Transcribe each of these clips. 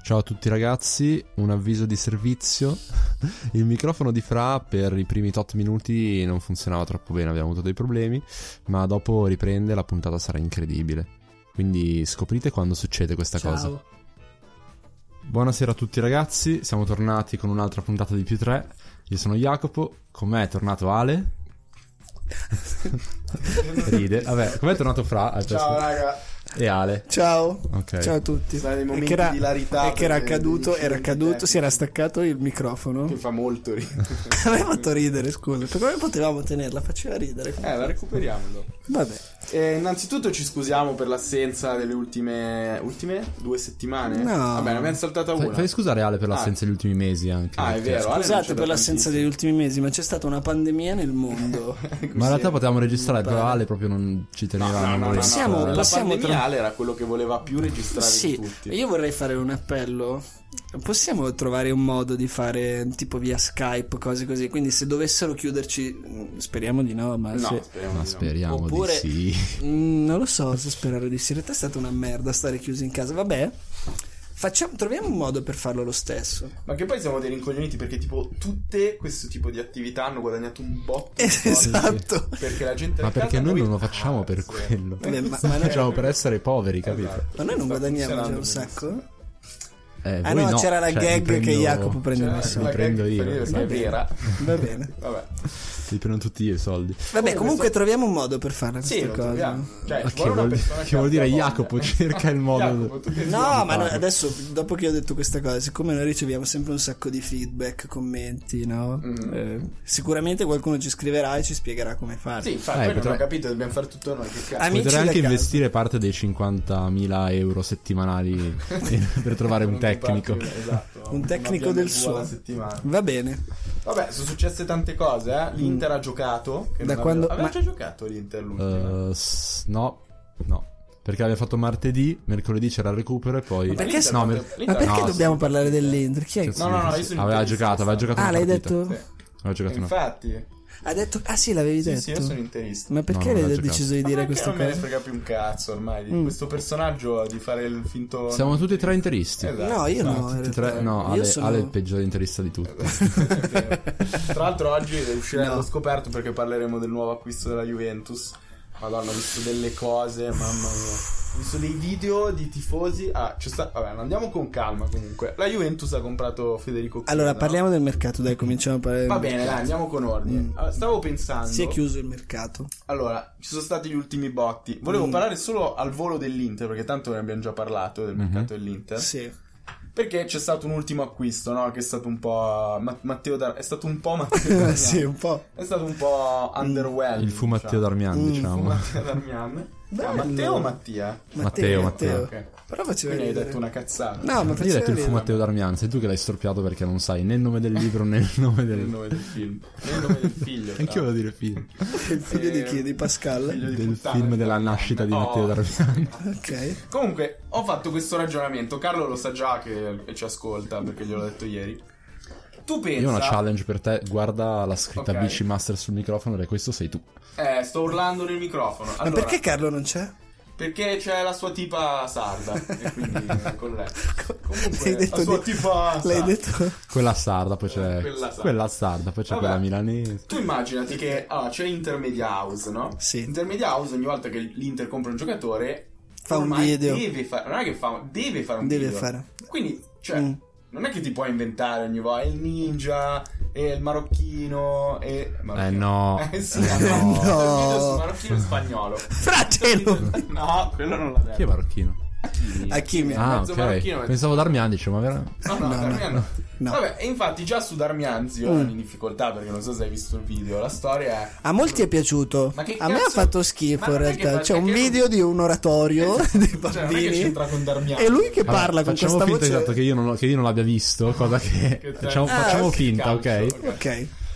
Ciao a tutti ragazzi, un avviso di servizio. Il microfono di Fra per i primi tot minuti non funzionava troppo bene, abbiamo avuto dei problemi, ma dopo riprende, la puntata sarà incredibile. Quindi scoprite quando succede questa cosa. Buonasera a tutti ragazzi, siamo tornati con un'altra puntata di Più3. Io sono Jacopo, con me è tornato Ale. Ride. Vabbè, com'è tornato Fra? Ciao raga. E Ale. Ciao. Okay. Ciao a tutti. Sono dei momenti di ilarità. È che era caduto, si era staccato il microfono. Che fa molto ridere. A me ha fatto ridere, scusa. Per come potevamo tenerla? Faceva ridere. La recuperiamo dopo. Vabbè. Innanzitutto ci scusiamo per l'assenza delle ultime 2 settimane. No. Vabbè, ne abbiamo saltata una. Fai scusare Ale per l'assenza degli ultimi mesi anche. È vero. Scusate per l'assenza degli ultimi mesi, ma c'è stata una pandemia nel mondo. Ma in realtà potevamo registrare, però Ale proprio non ci teneva. No. Possiamo La pandemia Ale era quello che voleva più registrare di tutti. Io vorrei fare un appello. Possiamo trovare un modo di fare tipo via Skype, cose così. Quindi se dovessero chiuderci, speriamo di no, ma speriamo oppure, di sì. Non lo so se sperare di sì. In realtà è stata una merda stare chiusi in casa. Vabbè, troviamo un modo per farlo lo stesso. Ma che poi siamo dei rincoglioniti, perché tipo tutte questo tipo di attività hanno guadagnato un botto. Esatto. Perché la gente Ma perché noi non lo facciamo per quello. Ma lo facciamo per essere poveri, capito? Esatto. Ma noi non guadagniamo già un sacco? Voi no, c'era la gag che Jacopo prendeva i soldi. Li prendo io. Perché è vera. Va bene. Vabbè. Li prendo tutti io i soldi. Vabbè, comunque troviamo un modo per fare queste cose. Cioè, che vuol dire Jacopo cerca il modo. No, ma adesso, dopo che ho detto questa cosa, siccome noi riceviamo sempre un sacco di feedback, commenti, no? Sicuramente qualcuno ci scriverà e ci spiegherà come fare. Sì, infatti non ho capito, dobbiamo fare tutto noi. Che cazzo. Potrei anche investire parte dei 50.000 euro settimanali per trovare un tecnico. Esatto. Un tecnico del suo. Va bene. Vabbè, sono successe tante cose, L'Inter ha giocato. Da quando aveva già giocato l'Inter l'ultimo? No. Perché aveva fatto martedì, mercoledì c'era il recupero e poi. Ma perché, dobbiamo parlare dell'Inter? Chi è? No, aveva giocato una l'hai detto? Sì. Aveva giocato Infatti. Ha detto, sì, l'avevi detto. Sì, io sono interista. Ma perché hai deciso di dire questa cosa? Non me ne frega più un cazzo ormai di questo personaggio, di fare il finto. Siamo tutti e tre interisti. Esatto. No, io no. Tutti e tre, no, Ale è il peggiore interista di tutti. Tra l'altro oggi uscirà lo scoperto, perché parleremo del nuovo acquisto della Juventus. Madonna, ho visto delle cose, mamma mia. Ho visto dei video di tifosi. Vabbè, andiamo con calma comunque. La Juventus ha comprato Federico Chiesa. Allora, parliamo del mercato, dai, cominciamo a parlare. Va bene, dai, andiamo con ordine. Stavo pensando. Si è chiuso il mercato. Allora, ci sono stati gli ultimi botti. Volevo parlare solo al volo dell'Inter, perché tanto ne abbiamo già parlato del mercato dell'Inter. Sì. Perché c'è stato un ultimo acquisto, no? Che è stato un po' Matteo Darmian. È stato un po' Matteo Darmian. Sì, un po'. È stato un po' underwhelming. Il fu Matteo Darmian, diciamo. Matteo Darmian. Matteo o Mattia? Matteo. Okay. Però faceva Quindi ridere. hai detto una cazzata. No, ma io ho detto il fu Matteo Darmian. Sei tu che l'hai storpiato perché non sai né il nome del libro né il nome del film. Né il nome del figlio. Anch'io volevo dire film. Il figlio di chi? Di Pascal? Del film della nascita di Matteo Darmian. Ok. Comunque, ho fatto questo ragionamento. Carlo lo sa già che ci ascolta, perché gliel'ho detto ieri. Tu pensa... Io ho una challenge per te. Guarda la scritta BC Master sul microfono e questo sei tu. Sto urlando nel microfono. Allora, ma perché Carlo non c'è? Perché c'è la sua tipa sarda e quindi con lei. Comunque detto la sua tipa sarda. L'hai detto? Quella sarda, poi c'è quella sarda, poi c'è quella milanese. Tu immaginati che c'è Intermedia House, no? Sì. Intermedia House, ogni volta che l'Inter compra un giocatore fa un video. Deve fare un video. Quindi, cioè, non è che ti puoi inventare ogni volta il ninja e il marocchino e... no. Sì, no. Video su marocchino e spagnolo. Fratello. No, quello non l'ha detto. Chi è marocchino? Hakimi. Ok. Pensavo Darmian, dicevo, ma veramente? No, Darmian no. Vabbè, e infatti già su Darmian io ero in difficoltà, perché non so se hai visto il video. La storia è... A molti è piaciuto. Ma che a me ha fatto schifo in realtà. C'è un video di un oratorio dei bambini. Cioè, non è che c'entra con Darmian. E lui che parla con questa voce. Facciamo finta, esatto, che io non l'abbia visto, cosa che facciamo finta, ok?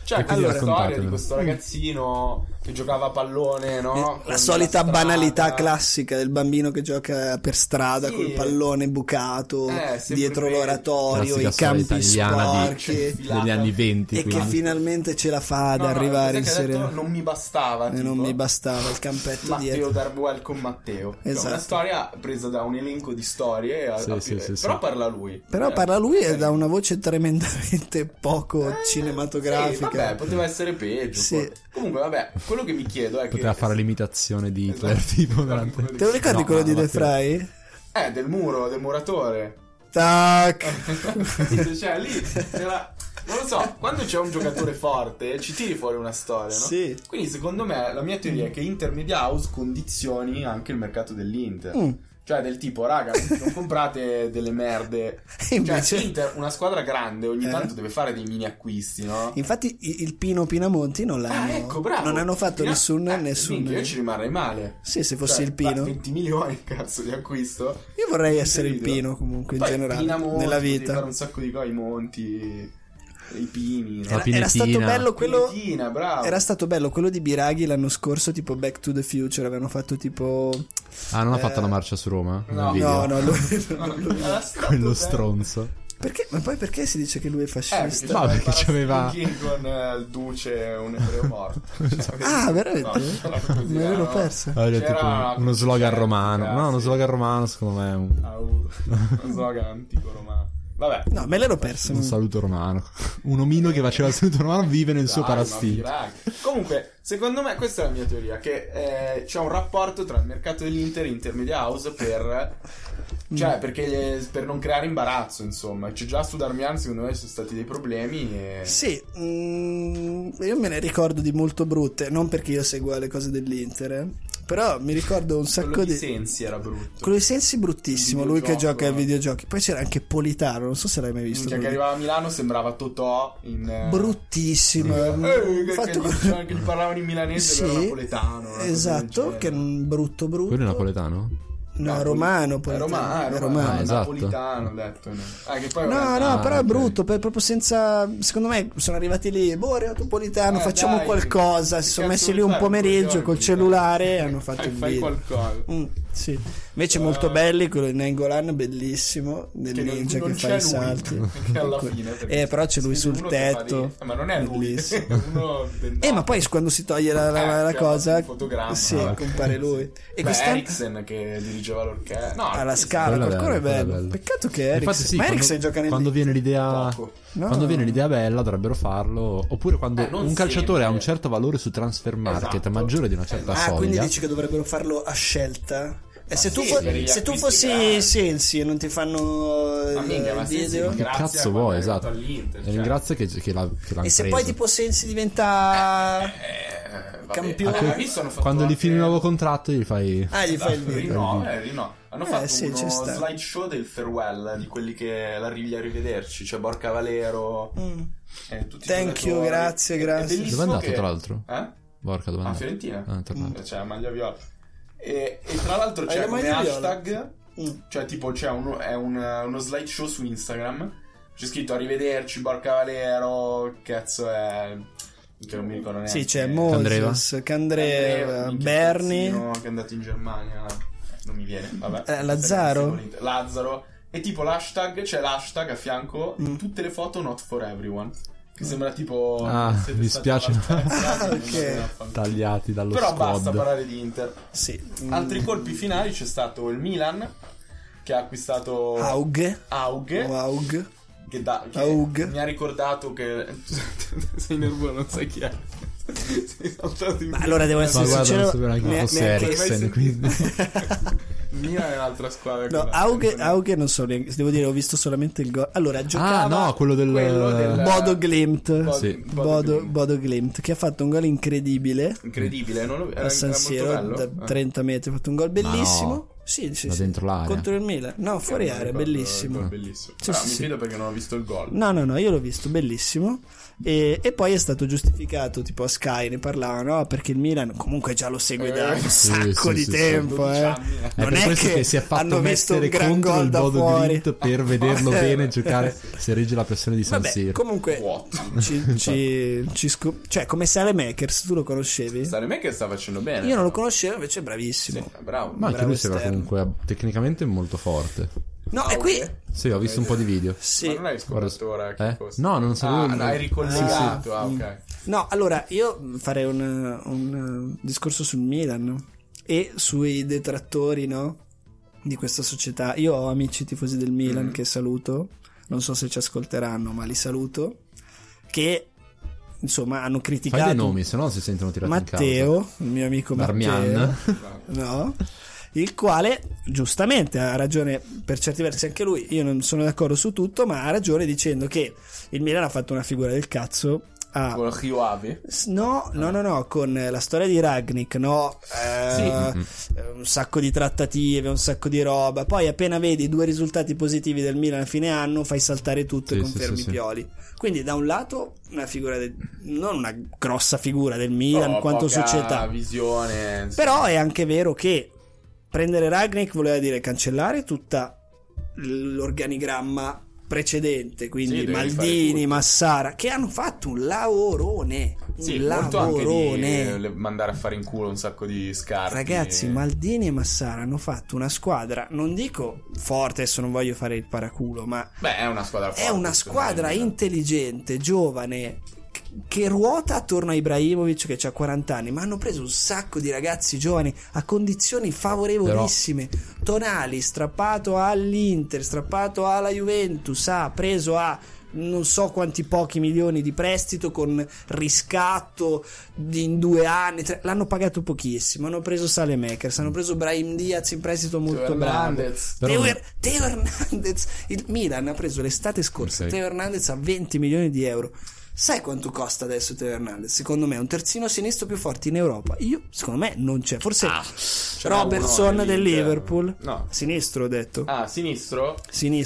Cioè, quindi la storia di raccontatemelo. questo ragazzino che giocava a pallone, no? La Con solita strada. banalità classica del bambino che gioca per strada Sì. col pallone bucato sempre dietro quello. l'oratorio, Classica i campi storia italiana sporchi degli anni 20. e che quindi. finalmente ce la fa ad No, arrivare in cos'è che ha Serie detto? A. Non mi bastava, E tipo. non mi bastava il campetto Matteo dietro. Darwell con Matteo. È Esatto. una storia presa da un elenco di storie. Sì, però sì. parla lui. Però parla lui e da una voce tremendamente poco Sì, cinematografica. vabbè, poteva essere peggio. Sì. Poi. Comunque, vabbè, quello che mi chiedo è Poteva che. fare l'imitazione di Hitler, Esatto. tipo durante... Te lo ricordi No, quello di Matteo. The Fry? Del muro, del muratore. Tac. Cioè, lì c'era. Non lo so, quando c'è un giocatore forte ci tiri fuori una storia, no? Sì. Quindi secondo me la mia teoria è che Inter Media House condizioni anche il mercato dell'Inter. Cioè del tipo, raga, non comprate delle merde. Invece- Cioè Inter, una squadra grande, ogni tanto deve fare dei mini acquisti, no? Infatti il Pino Pinamonti non l'hanno Ecco, bravo. non hanno fatto nessun minchia, io ci rimarrei male. Sì, se fossi Cioè, il Pino. 20 milioni, cazzo, di acquisto. Io vorrei essere il Incredibile. Pino comunque in Poi generale Pinamonti, nella potevi vita. fare un sacco di cose, i monti, i pini, no? La Era stato Pinetina. bello quello Pinetina, bravo. Era stato bello quello di Biraghi l'anno scorso, tipo Back to the Future, avevano fatto tipo Ah, non ha fatto la marcia su Roma? No. Nel video? no, lui- Era stato Quello bello. stronzo. perché? Ma poi perché si dice che lui è fascista? No, perché c'aveva- con il duce un ebreo morto. Ah, veramente? No, era così, Me l'ero no. persa. Aveva C'era tipo una uno slogan concerto, romano. No, uno sì. slogan romano secondo me è un Uno slogan antico romano. Vabbè. No, me l'ero persa. saluto romano. Un omino che faceva il saluto romano vive nel suo Dai, ma parastinto. Biraghi. Comunque, secondo me, questa è la mia teoria: che c'è un rapporto tra il mercato dell'Inter e Inter Media House per. Cioè, per non creare imbarazzo, insomma. C'è già su Darmian, secondo me, ci sono stati dei problemi. E... Sì, io me ne ricordo di molto brutte, non perché io seguo le cose dell'Inter, però mi ricordo un sacco quello di di Sensi era brutto. quello di Sensi bruttissimo, Il lui che videogioco. gioca ai videogiochi. Poi c'era anche Politano, non so se l'hai mai visto. Minchia, che quello. arrivava a Milano sembrava Totò in. Bruttissimo. Fatto- che gli parlavano in milanese, lui era napoletano. una cosa del esatto, che è genere. un brutto. Quello è napoletano? No, romano, È Politano. romano, esatto. napolitano, ho detto. Che poi No, però è ok. brutto, proprio senza. Secondo me sono arrivati lì, boh, è arrivato Politano, facciamo dai, qualcosa. che Si sono cazzo messi lì vuoi un fare? pomeriggio Coglioni, col cellulare e hanno fatto il fai video. qualcosa. Sì. Invece molto belli quello di Nainggolan, bellissimo, del Che ninja non che fa c'è i lui, salti. che alla fine, perché Però c'è lui si vede sul uno che fa tetto. ma non è lui, Bellissimo. è uno del- Ma poi quando si toglie la che ha cosa, fatto il fotogramma. sì, Ah, ok. compare lui. E Beh, quest'anno Eriksen che dirigeva l'orchestra. No, alla sì, scala, Quello è qualcuno è bello, quello bello. è bello. Peccato che Infatti Eriksen, sì, ma Eriksen gioca nel quando viene l'idea Poco. No. quando viene l'idea bella dovrebbero farlo. Oppure quando non un calciatore sempre. ha un certo valore su transfer market Esatto. maggiore di una certa Ah, quindi soglia. dici che dovrebbero farlo a scelta? E se, sì, tu, per gli se tu acquisti fossi grandi. Sensi e non ti fanno Ma minchia, ma il Sensi video? Che ringrazia cazzo quando vuoi, è esatto. arrivato all'Inter, E cioè. ringrazia che l'ha E se preso. poi tipo Sensi diventa Vabbè. campione? Hai visto, hanno fatto Quando gli anche- fini il nuovo contratto gli fai Ah, gli fai il video. Rinno. Hanno fatto sì, uno ci sta. slideshow del farewell di quelli che l'arrivi a rivederci. C'è Borca Valero. Tutti i Thank you, giocatori. grazie, È grazie. bellissimo Dove è andato, che- tra l'altro? Borca, dove è A andato? Fiorentina. Ah, è tornato. C'è la maglia viola. E tra l'altro Hai c'è la come maglia viola? hashtag. Cioè, tipo, c'è uno slideshow su Instagram. C'è scritto arrivederci, Borca Valero. Cazzo è. Che non mi ricordo neanche. Sì, c'è Candreva? Moses, Candreva, Berni. Che è andato in Germania. Non mi viene. Vabbè. Lazzaro? Lazzaro. E tipo l'hashtag, c'è l'hashtag a fianco di tutte le foto not for everyone. Che sembra tipo. Ah, siete mi stati spiace. maltrattati, non ok. andate a fanculo. Tagliati dallo Però squad. basta parlare di Inter. Sì. Altri colpi finali c'è stato il Milan che ha acquistato Aug. Aug, O Aug. che Aug. mi ha ricordato che sei nervoso, non sai chi è. Sei saltato in Ma allora devo Ma essere guarda, sincero. non sapevo neanche chi fosse neanche- Eriksen, quindi. Il Milan è un'altra squadra. No, Aug non so neanche, devo dire, ho visto solamente il gol. Allora, giocava Ah, no, quello del Bodo Glimt. Sì. Bodo Glimt, che ha fatto un gol incredibile Incredibile, non lo a San era Siro molto bello. da 30 metri, ha fatto un gol bellissimo. Sì, da dentro l'area. contro il Milan. No, fuori area, bellissimo. Bellissimo. Sì, Però sì, mi sì. fido perché non ho visto il gol. No, io l'ho visto, bellissimo. E poi è stato giustificato, tipo a Sky ne parlavano, no? Perché il Milan comunque già lo segue da un sacco sì, di sì, tempo. 12 anni. Non per è questo che si è fatto hanno visto un mettere gran contro gol il da Bodo fuori. Glimt per vederlo bene giocare se regge la pressione di San Vabbè, Siro. comunque Vuoto. cioè come Saelemaekers, tu lo conoscevi? Saelemaekers sta facendo bene. Io non lo conoscevo, invece è bravissimo. Sì, bravo. Ma anche bravo lui sembra esterno. comunque tecnicamente molto forte. No, è qui. Sì, ho visto un po' di video. Sì. Ma non hai scoperto ora che fosse? No, non sapevo. Ah, hai ricollegato. Ah, ok. No, allora io farei un discorso sul Milan e sui detrattori, no? Di questa società. Io ho amici tifosi del Milan che saluto, non so se ci ascolteranno, ma li saluto, che insomma hanno criticato Fai dei nomi, se no si sentono tirati in Matteo, il mio amico Darmian. Matteo, no? Il quale giustamente ha ragione per certi versi anche lui, io non sono d'accordo su tutto, ma ha ragione dicendo che il Milan ha fatto una figura del cazzo. Con Rio Ave? No, con la storia di Rangnick, no? Un sacco di trattative, un sacco di roba. Poi appena vedi 2 risultati positivi del Milan a fine anno, fai saltare tutto e confermi Pioli. Quindi da un lato una figura non una grossa figura del Milan quanto poca società, visione. però è anche vero che prendere Rangnick voleva dire cancellare tutta l'organigramma precedente, quindi Sì, Maldini, Massara, che hanno fatto un lavorone. Sì, molto anche di mandare a fare in culo un sacco di scarpe. Ragazzi, Maldini e Massara hanno fatto una squadra, non dico forte, adesso non voglio fare il paraculo, ma beh, è una squadra forte. è una squadra intelligente, giovane, che ruota attorno a Ibrahimovic che ha 40 anni, ma hanno preso un sacco di ragazzi giovani a condizioni favorevolissime. Tonali strappato all'Inter, strappato alla Juventus, ha preso a non so quanti pochi milioni di prestito con riscatto in 2 anni, l'hanno pagato pochissimo. Hanno preso Saelemaekers, hanno preso Brahim Diaz in prestito molto bravo, Teo Hernandez. Il Milan ha preso l'estate scorsa Teo Hernandez a 20 milioni di euro. Sai quanto costa adesso Teo Hernandez? Secondo me è un terzino sinistro più forte in Europa. Secondo me non c'è. Forse Robertson del Liverpool. No. Sinistro ho detto. Ah, sinistro?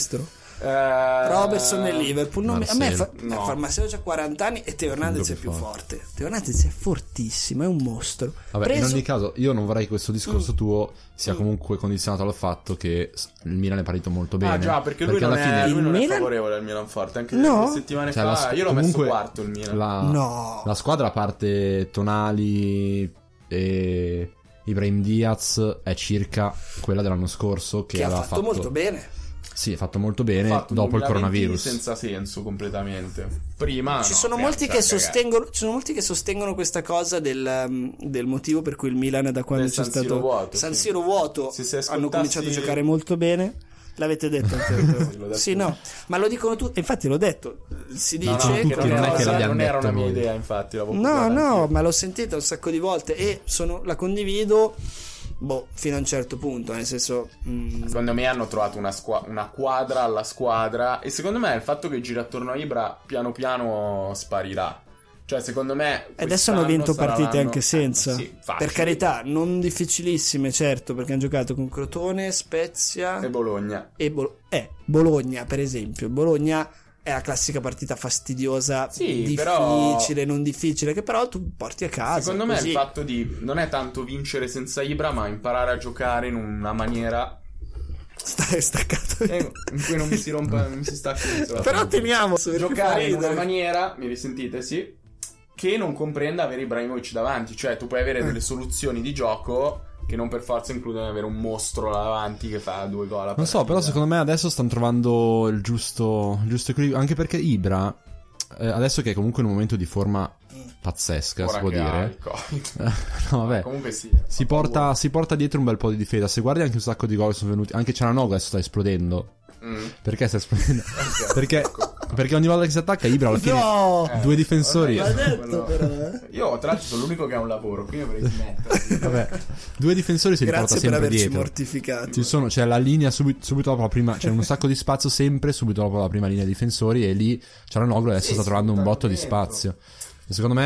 Robertson del Liverpool. A me Marcelo c'ha 40 anni e Teo Hernandez è più forte. Teo Hernandez è fortissimo, è un mostro. Vabbè, in ogni caso io non vorrei che questo discorso tuo sia comunque condizionato dal fatto che il Milan è partito molto bene. Ah già, perché lui non, alla fine lui non Milan... è favorevole al Milan forte. Anche no. 2 settimane fa io l'ho messo quarto il Milan. La squadra, a parte Tonali e Ibrahim Diaz, è circa quella dell'anno scorso che ha aveva fatto molto bene. Sì, ha fatto molto bene dopo il coronavirus. Senza senso completamente. Prima ci sono molti che sostengono questa cosa del motivo per cui il Milan, da quando c'è stato San Siro vuoto, hanno cominciato a giocare molto bene. L'avete detto anche sì, no, ma lo dicono tutti. Infatti l'ho detto. Si dice che non era una mia idea, infatti. No, ma l'ho sentita un sacco di volte e la condivido. Fino a un certo punto, nel senso secondo me hanno trovato una quadra alla squadra, e secondo me il fatto che gira attorno a Ibra piano piano sparirà. Cioè secondo me adesso hanno vinto partite anche senza, per carità, non difficilissime certo, perché hanno giocato con Crotone, Spezia e Bologna Bologna per esempio. Bologna è la classica partita fastidiosa, difficile, però... non difficile, che però tu porti a casa. Secondo me il fatto di non è tanto vincere senza Ibra, ma imparare a giocare in una maniera staccato in cui non mi si rompa, non mi si stacca. Però teniamo giocare in una maniera, mi risentite, che non comprenda avere Ibrahimovic davanti. Cioè tu puoi avere delle soluzioni di gioco che non per forza includono avere un mostro là davanti che fa 2 gol. Non so, però secondo me adesso stanno trovando il giusto equilibrio, anche perché Ibra adesso che è comunque in un momento di forma pazzesca, ora si può dire. No, vabbè. Comunque si porta dietro un bel po' di difesa. Se guardi anche un sacco di gol sono venuti, anche Cialanoglu adesso sta esplodendo. Perché sta esplodendo? Perché ogni volta che si attacca Ibra alla fine 2 difensori. Io tra l'altro sono l'unico che ha un lavoro, quindi dovrei smettere. Vabbè, 2 difensori si riporta sempre dietro. Mortificati. C'è la linea subito dopo la prima, c'è un sacco di spazio sempre subito dopo la prima linea difensori, e lì Cialanoglu adesso sta trovando un botto di spazio. E secondo me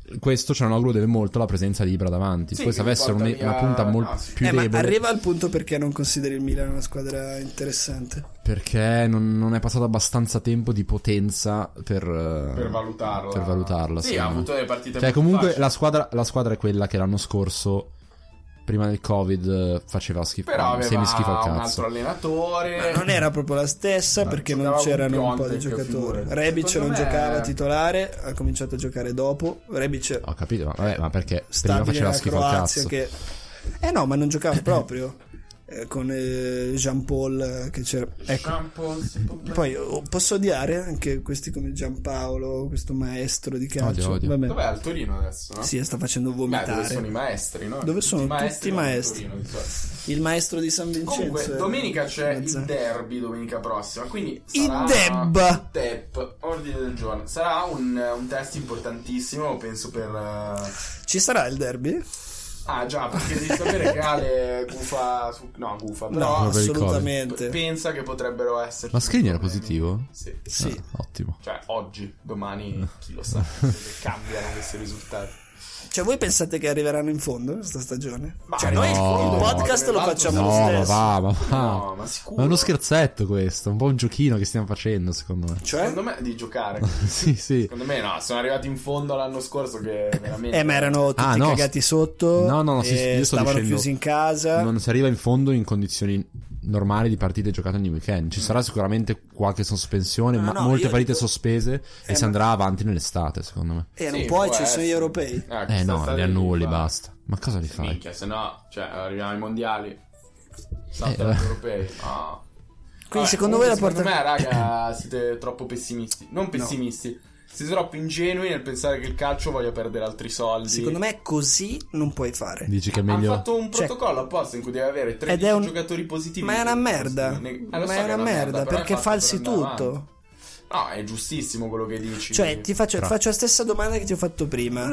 questo Cianoglu deve molto alla presenza di Ibra davanti. Sì, poi se che avesse porta una via- punta molto no, sì. più Ma debole, arriva al punto perché non consideri il Milan una squadra interessante. perché non è passato abbastanza tempo di potenza per valutarla. per valutarla, Sì, secondo ha me. avuto delle partite Cioè molto comunque facili. la squadra è quella che l'anno scorso, prima del Covid, faceva schifo, Però aveva semischifo al un cazzo. altro allenatore. Ma non era proprio la stessa perché non giocava c'erano con un po' di Piontek, giocatori. figurati. Rebic Secondo non me- giocava titolare, ha cominciato a giocare dopo. Rebic Ho capito, ma perché prima stabile faceva nella schifo al Croazia cazzo. che... no, ma non giocava proprio. Con Jean Paul che c'era. Ecco. Shampoo, si può- Poi posso odiare anche questi come Giampaolo, questo maestro di calcio. Odio. Vabbè. Dov'è al Torino adesso, no? Sì, sta facendo Beh, dove vomitare. sono i maestri, no? Dove sono tutti i vanno al maestri. Torino, di solito. Il maestro di San Vincenzo. Comunque, domenica c'è il Mazzarri. derby, domenica prossima. Quindi Il sarà Deb. Deb, ordine del giorno. Sarà un test importantissimo, penso, per. Ci sarà il derby? Ah, già, perché devi sapere che Ale gufa. No, gufa, No, però. per il assolutamente. Pensa che potrebbero esserci. Ma Skriniar era problemi. positivo? Sì. Sì. Ah, ottimo. Cioè, oggi, domani, chi lo sa, se cambiano questi risultati. Cioè, voi pensate che arriveranno in fondo questa stagione? Ma Cioè, no, noi il no, podcast lo l'altro facciamo No, lo ma stesso. va. No, ma sicuro. Ma è uno scherzetto questo, un po' un giochino che stiamo facendo, secondo me. Cioè? Secondo me di giocare. Sì. Secondo me no, sono arrivati in fondo l'anno scorso che veramente. Ma erano tutti Ah, no, cagati sotto. no, sì, e io sto stavano dicendo, chiusi in casa. Non si arriva in fondo in condizioni normali di partite giocate ogni weekend. Ci sarà sicuramente qualche sospensione, ma no, molte io partite dico- sospese e si ma- andrà avanti nell'estate, secondo me. Non Sì, puoi, può ci sono gli essere. europei. No, li annulli, basta. Ma cosa li fai? Minchia, se no, cioè, arriviamo ai mondiali. Saltano gli europei. No. Quindi secondo voi la porta... Secondo me, raga, siete troppo pessimisti. Non pessimisti. Siete troppo ingenui nel pensare che il calcio voglia perdere altri soldi. Secondo me così non puoi fare. Dici che è Hanno meglio. fatto un Cioè- protocollo apposta in cui devi avere 13 Ed è un- giocatori positivi. Ma è una merda. Lo Ma so è che una merda però è perché fatto falsi per andare tutto. avanti. No, è giustissimo quello che dici. Cioè, ti faccio la stessa domanda che ti ho fatto prima.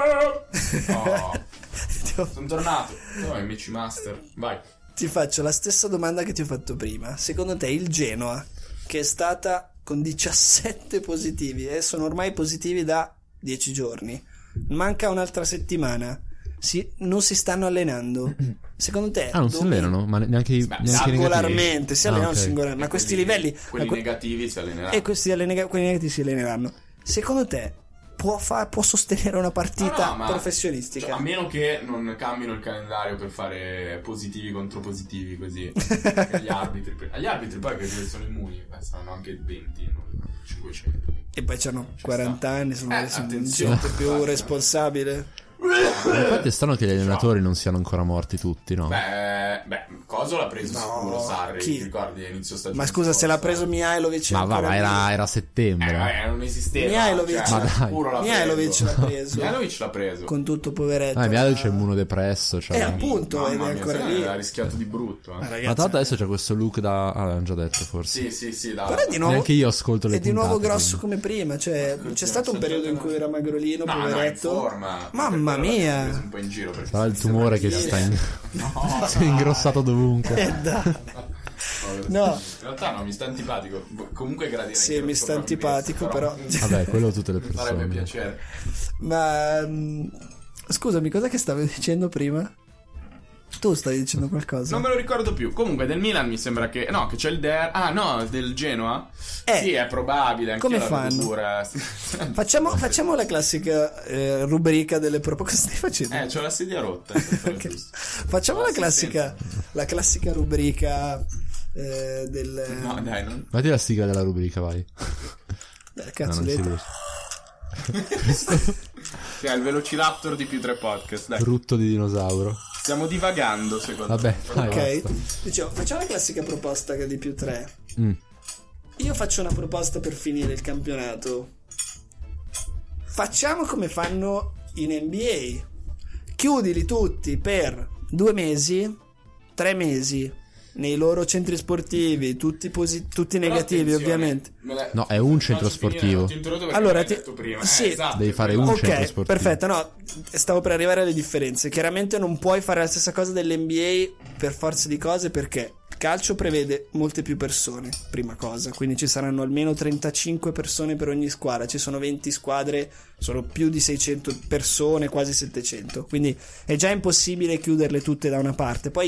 No, sono tornato. No, MC Master. Vai. Ti faccio la stessa domanda che ti ho fatto prima. Secondo te il Genoa, che è stata con 17 positivi e sono ormai positivi da 10 giorni, manca un'altra settimana, non si stanno allenando. Secondo te Ah, non si allenano? Ma neanche i Beh, neanche i negativi? singolarmente si allenano ok. singolarmente, ma a questi livelli Quelli ma que- negativi si alleneranno. e quelli negativi si alleneranno. Secondo te può sostenere una partita No, ma- professionistica? cioè, a meno che non cambino il calendario per fare positivi contro positivi così. Perché gli arbitri poi che sono immuni, saranno anche il 20, non 500. E poi c'hanno 40 anni, sono attenzione. gente più responsabile. Infatti è strano che gli allenatori non siano ancora morti tutti, no? Beh, Coso l'ha preso No, sicuro Sarri, chi? ti ricordi inizio stagione. Ma scusa, se l'ha preso Mihajlovic Ma va, ancora ma lì. era settembre. non esisteva. Mihajlovic. Cioè, Ma dai. sicuro l'ha Mihajlovic preso. l'ha preso. Mihajlovic l'ha preso. Con tutto poveretto. Mihajlovic è immunodepresso, cioè. appunto, Mamma ed è mia, ancora sai, lì. ha rischiato di brutto. Ma Ma ragazzi, tra l'altro adesso c'è questo look da... Ah, l'hanno già detto forse. Sì, da. però è di nuovo, Neanche io ascolto le è di nuovo puntate, grosso quindi. come prima. Cioè, c'è stato un periodo in cui era magrolino, No, poveretto. in forma. Mamma Per quello l'ha mia. preso un po' in giro perché Sarà il sembra tumore che sia- sta No, si è ingrossato dovunque. Dai. No. In realtà no, mi sta antipatico. Comunque gradirei. Sì, che lo mi sta antipatico, sopravvivesse, però. Vabbè, quello tutte le Mi farebbe persone. piacere. Ma scusami, cosa che stavi dicendo prima? Tu stavi dicendo qualcosa? Non me lo ricordo più. Comunque del Milan mi sembra che no, che c'è il Ah, no, del Genoa? Sì, è probabile, anche come la fanno? Dura. Facciamo la classica rubrica delle proposte. Cosa stai facendo? C'ho la sedia rotta. Ok. Facciamo la classica rubrica del No, dai, non. Fatti la sigla della rubrica, vai. cazzo non si dei- riesce. Che è il Velociraptor di più 3 podcast. Dai, Frutto di dinosauro. stiamo divagando, secondo Vabbè, me. dai, Ok, basta. dicevo, facciamo la classica proposta che di più 3. Mm. Io faccio una proposta per finire il campionato. Facciamo come fanno in NBA. Chiudili tutti per 2 mesi, 3 mesi nei loro centri sportivi, tutti negativi attenzione, ovviamente. No, è un centro sportivo. Allora, detto prima. sì, Esatto, devi fare un centro sportivo. Perfetto, no, stavo per arrivare alle differenze. Chiaramente non puoi fare la stessa cosa dell'NBA per forza di cose, perché il calcio prevede molte più persone, prima cosa, quindi ci saranno almeno 35 persone per ogni squadra, ci sono 20 squadre, sono più di 600 persone, quasi 700, quindi è già impossibile chiuderle tutte da una parte. Poi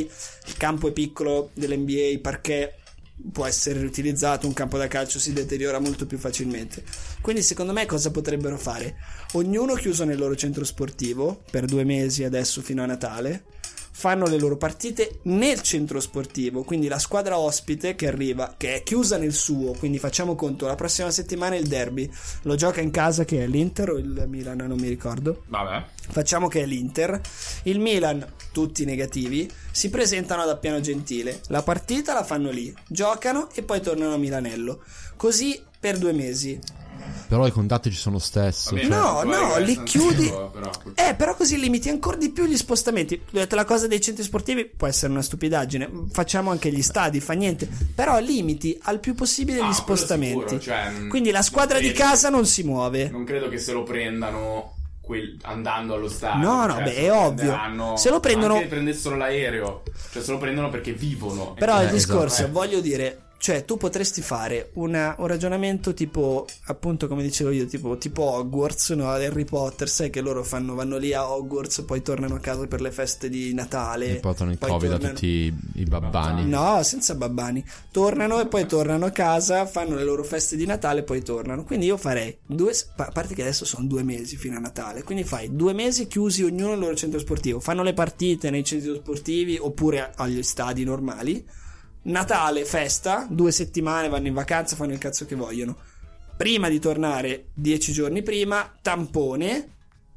il campo è piccolo dell'NBA, il parquet può essere riutilizzato, un campo da calcio si deteriora molto più facilmente. Quindi secondo me cosa potrebbero fare? Ognuno chiuso nel loro centro sportivo per 2 mesi adesso fino a Natale, fanno le loro partite nel centro sportivo, quindi la squadra ospite che arriva, che è chiusa nel suo, quindi facciamo conto, la prossima settimana il derby lo gioca in casa, che è l'Inter o il Milan, non mi ricordo. Vabbè. Facciamo che è l'Inter. Il Milan, tutti negativi, si presentano ad Appiano Gentile, la partita la fanno lì, giocano e poi tornano a Milanello, così per 2 mesi. Però i contatti ci sono stesso. Vabbè, No, li chiudi. Però. Però così limiti ancora di più gli spostamenti. La cosa dei centri sportivi può essere una stupidaggine. Facciamo anche gli stadi, fa niente. Però limiti al più possibile gli spostamenti. Sicuro, cioè, quindi la squadra di casa non si muove. Non credo che se lo prendano andando allo stadio. No, cioè, beh, è ovvio. Se lo prendono. Anche prendessero l'aereo. Cioè, se lo prendono perché vivono. Però il discorso, esatto. voglio dire. Cioè, tu potresti fare un ragionamento tipo, appunto, come dicevo io, tipo Hogwarts, no? Harry Potter, sai che loro vanno lì a Hogwarts, poi tornano a casa per le feste di Natale. E portano il Covid a tutti i babbani. No, senza babbani. Tornano e poi tornano a casa, fanno le loro feste di Natale e poi tornano. Quindi io farei a parte che adesso sono 2 mesi fino a Natale, quindi fai 2 mesi chiusi ognuno nel loro centro sportivo. Fanno le partite nei centri sportivi oppure agli stadi normali. Natale, festa, 2 settimane, vanno in vacanza, fanno il cazzo che vogliono. Prima di tornare 10 giorni prima, tampone,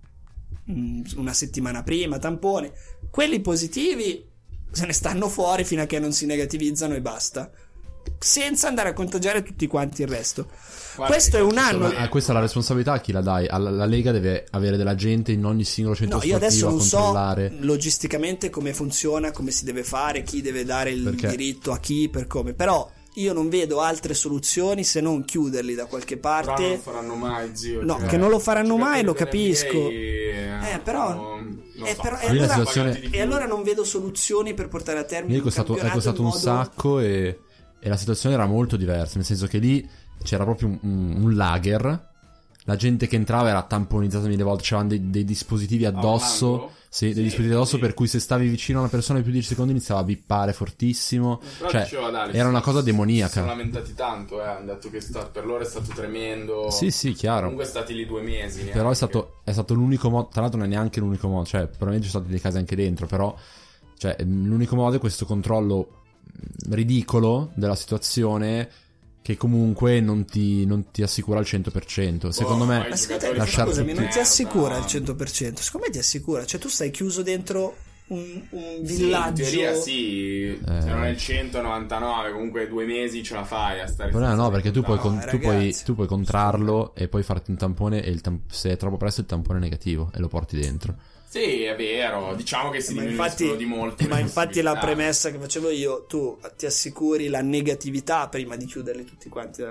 una settimana prima, tampone. Quelli positivi se ne stanno fuori fino a che non si negativizzano e basta, senza andare a contagiare tutti quanti il resto. Guarda, questo è un anno. Questa è la responsabilità, a chi la dai? La Lega deve avere della gente in ogni singolo centro No, io sportivo adesso a non controllare. so logisticamente come funziona, come si deve fare, chi deve dare il diritto a chi, per come. Però io non vedo altre soluzioni se non chiuderli da qualche parte. Però non lo faranno mai, zio. No, cioè, che non lo faranno mai, lo dell'NBA, capisco. però Non so. però, Lì la situazione- e allora non vedo soluzioni per portare a termine Lì un è costato un sacco e la situazione era molto diversa, nel senso che lì c'era proprio un lager, la gente che entrava era tamponizzata 1000 volte, c'erano dei dispositivi addosso, dei dispositivi addosso per cui se stavi vicino a una persona di più di 10 secondi iniziava a bippare fortissimo, cioè era una cosa demoniaca. Si sono lamentati tanto, hanno detto che per loro è stato tremendo. Sì, chiaro. Comunque stati lì 2 mesi. Neanche. Però è stato l'unico modo, tra l'altro non è neanche l'unico modo, cioè probabilmente ci sono stati dei casi anche dentro, però cioè l'unico modo è questo controllo ridicolo della situazione che comunque non ti assicura al 100%. Secondo me Ma lasciarti non ti assicura al 100%. Secondo me ti assicura, cioè tu stai chiuso dentro un villaggio. In teoria sì, se non è il 199, comunque 2 mesi ce la fai a stare. No, perché tu puoi ragazzi. tu puoi contrarlo e poi farti un tampone e se è troppo presto il tampone è negativo e lo porti dentro. Sì, è vero, diciamo che si diminuiscono di molto. Ma infatti la premessa che facevo io, tu ti assicuri la negatività prima di chiuderli tutti quanti.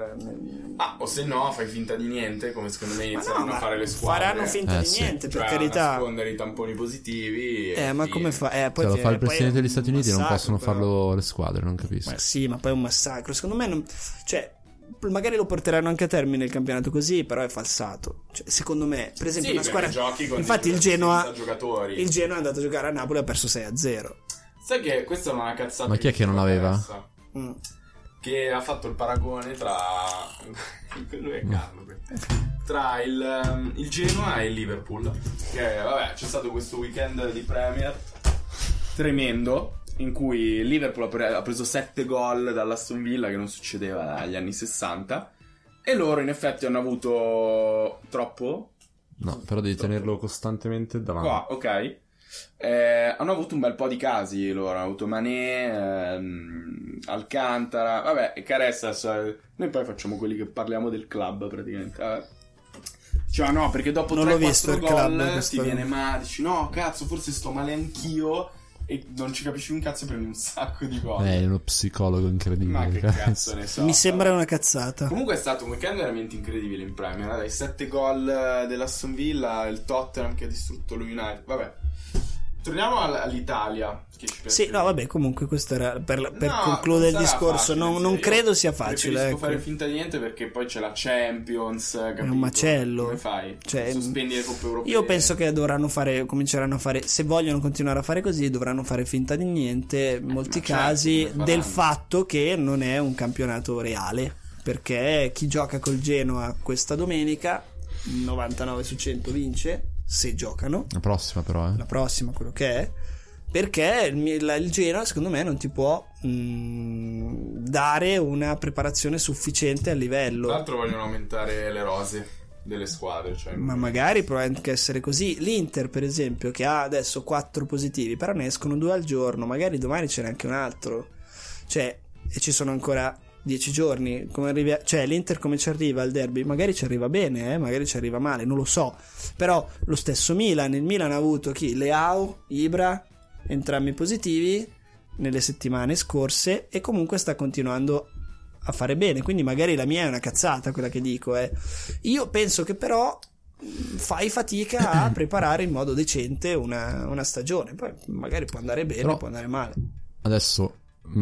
O se no fai finta di niente, come secondo me inizieranno a fare le squadre. Faranno finta di niente, per carità. A nascondere i tamponi positivi. Ma come fa? Poi Se lo fa il presidente degli Stati Uniti non possono però. farlo le squadre, non capisco. Ma sì, ma poi è un massacro. Secondo me non... Cioè, magari lo porteranno anche a termine il campionato così, però è falsato. Cioè, secondo me, per esempio, una squadra. Infatti, il Genoa è andato a giocare a Napoli e ha perso 6-0. Sai che questa è una cazzata. Ma chi è che non aveva? Che ha fatto il paragone tra. Quello è Carlo. Tra il Genoa e il Liverpool. Che vabbè, c'è stato questo weekend di Premier tremendo, in cui il Liverpool ha preso 7 gol dall'Aston Villa, che non succedeva dagli anni 60, e loro in effetti hanno avuto troppo. No, però devi tenerlo costantemente davanti. Qua, ok. Hanno avuto un bel po' di casi loro, hanno avuto Mané, Alcantara, vabbè, e Caressa. Noi poi facciamo quelli che parliamo del club praticamente. Cioè no, perché dopo 3-4 gol ti viene male, dici no, cazzo, forse sto male anch'io. e non ci capisci un cazzo e prendi un sacco di gol. È uno psicologo incredibile. Ma che cazzo ne so. Mi sembra una cazzata. Comunque è stato un weekend veramente incredibile in Premier. Dai 7 gol dell'Aston Villa, il Tottenham che ha distrutto lo United. Vabbè. Torniamo all'Italia. Che ci piace. Sì, no, vabbè, comunque questo era per No, concludere il non sarà discorso. facile, Non credo sia facile. Preferisco Ecco. fare finta di niente perché poi c'è la Champions. Capito? È un macello. Come fai? Cioè, sospendi le coppe europee. Io penso che cominceranno a fare, se vogliono continuare a fare così, dovranno fare finta di niente in molti ma certo, casi come del faranno. fatto che non è un campionato reale. Perché chi gioca col Genoa questa domenica, 99 su 100 vince, se giocano. La prossima però, La prossima, quello che è. Perché il Genoa secondo me non ti può dare una preparazione sufficiente a Tra livello. l'altro vogliono aumentare le rose delle squadre, cioè Ma magari può anche essere così. L'Inter per esempio, che ha adesso 4 positivi, però ne escono 2 al giorno, magari domani ce n'è anche un altro, cioè, e ci sono ancora 10 giorni. Cioè l'Inter come ci arriva al derby? Magari ci arriva bene, magari ci arriva male, non lo so. Però lo stesso Milan, il Milan ha avuto chi? Leao, Ibra, entrambi positivi nelle settimane scorse, e comunque sta continuando a fare bene. Quindi magari la mia è una cazzata quella che dico, Io penso che però fai fatica a preparare in modo decente una stagione. Poi magari può andare bene, però può andare male. adesso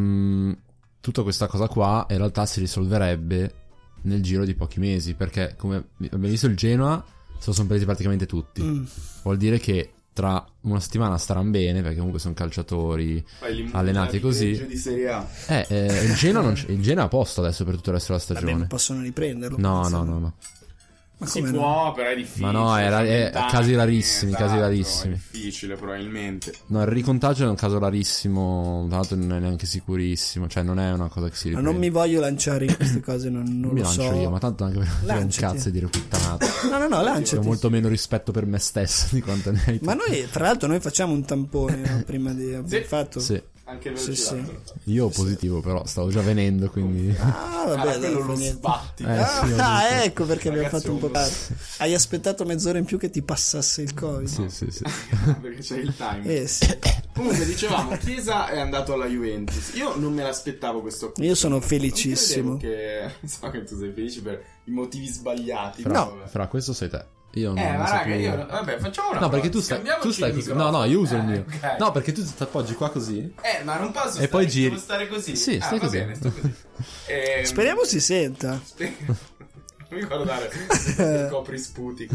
tutta questa cosa qua in realtà si risolverebbe nel giro di pochi mesi, perché come abbiamo visto il Genoa se lo sono presi praticamente tutti. Vuol dire che tra una settimana staranno bene, perché comunque sono calciatori allenati così. Di Serie A. Il Genoa il Genoa è a posto adesso per tutto il resto della Vabbè, stagione. non possono riprenderlo. No. Ma Si come può, no? però è difficile. Ma no, è casi rarissimi, esatto, casi rarissimi. È difficile probabilmente. No, il ricontagio è un caso rarissimo, tra l'altro non è neanche sicurissimo, cioè non è una cosa che si Ma riprende. non mi voglio lanciare in queste cose, non mi lo lancio so. io, ma tanto anche per un Lanciati. cazzo e dire puttanata. No, Ho lanciati. molto meno rispetto per me stesso di quanto ne hai tu. Ma noi, tra l'altro, noi facciamo un tampone, no? Prima di aver fatto. Sì, Anche il Sì, velociraptor. io positivo però, stavo già venendo, quindi... Ah, vabbè, quello non fa lo niente. sbatti. sì, ho visto. Ecco perché abbiamo Ragazzi, fatto un po' ho- tardi. Hai aspettato mezz'ora in più che ti passasse il Covid. Sì. Perché c'è il time. Sì. Comunque dicevamo, Chiesa è andato alla Juventus. Io non me l'aspettavo questo acquisto. Io sono Non felicissimo. credevo che so che tu sei felice per i motivi sbagliati. Fra, però vabbè. Fra questo sei te. Io non Ma so raga, più- io vabbè, facciamo una No, perché cosa, tu stai così. No, io uso il mio. ok. No, perché tu ti appoggi qua così. Ma non posso E stare, poi giri. devo stare così. Sì, stai va così. bene, sto così. Speriamo si senta. Non mi guardare, mi copri sputi.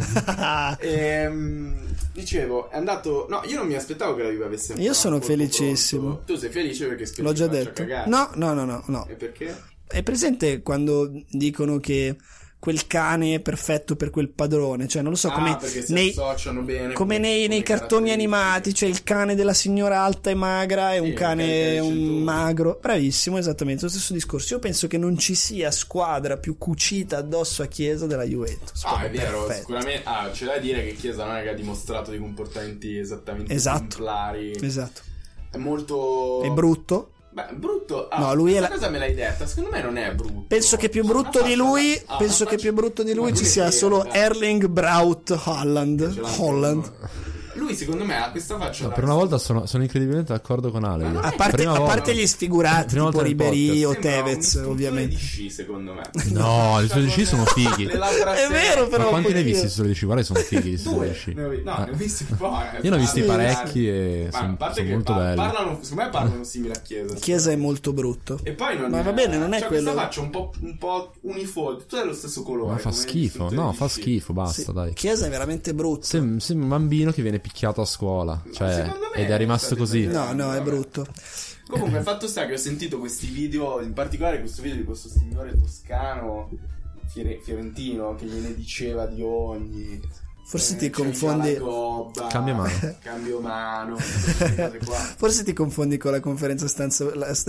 Dicevo, è andato. No, io non mi aspettavo che la Juve avesse. Io sono un colpo felicissimo. pronto. Tu sei felice perché speri L'ho già che faccia detto. cagare. No. E perché? È presente quando dicono che quel cane è perfetto per quel padrone? Cioè, non lo so, come perché si nei, associano bene. come con nei le cartoni caratteristiche. animati, c'è il cane della signora alta e magra e un Sì, cane che dice tu. magro. Bravissimo, esattamente lo stesso discorso. Io penso che non ci sia squadra più cucita addosso a Chiesa della Juventus. È vero, Perfetto. sicuramente. C'è da dire che Chiesa non è che ha dimostrato dei comportamenti esattamente Esatto. esemplari. Esatto. È molto. È brutto. Beh, brutto. No, lui è questa la- cosa me l'hai detta. Secondo me non è brutto. Penso che più brutto di lui, penso che più brutto di lui ci sia solo Erling Braut Haaland. Lui secondo me ha questa faccia. No, da- per una volta sono incrediblemente d'accordo con Ale. Ma io. non è- Prima A volta. parte gli sfigurati Prima tipo volta nel Ribéry o Sembra Tevez, un'istruzione ovviamente. di sci, secondo me. No, gli studi di sci sono fighi. Le labbra È vero, secche. però. Ma quanti ne hai pochino. visti su di sci? Guarda, sono fighi gli studi di sci. Ne ho visti un po'. Io ne ho visti Sì, parecchi e Ma a sono parte che molto belli. parlano, secondo me parlano simile a Chiesa. Chiesa è molto brutto. E poi non Ma va bene, non è cioè, quello. questa faccia un po' uniforme, tutto dello stesso colore. Ma fa come gli schifo. istruttori No, di fa sci. schifo, basta, Sì. dai. Chiesa è veramente brutto. Sembra un bambino che viene picchiato a scuola. Cioè, secondo me ed è rimasto state così. esagerando. No, è Vabbè. brutto. Comunque il fatto sta che ho sentito questi video, in particolare questo video di questo signore toscano fiorentino che gliene diceva di ogni. Forse ti c'è confondi. già la gobba, Cambio mano. Cambio mano, queste cose qua. Forse ti confondi con la conferenza stampa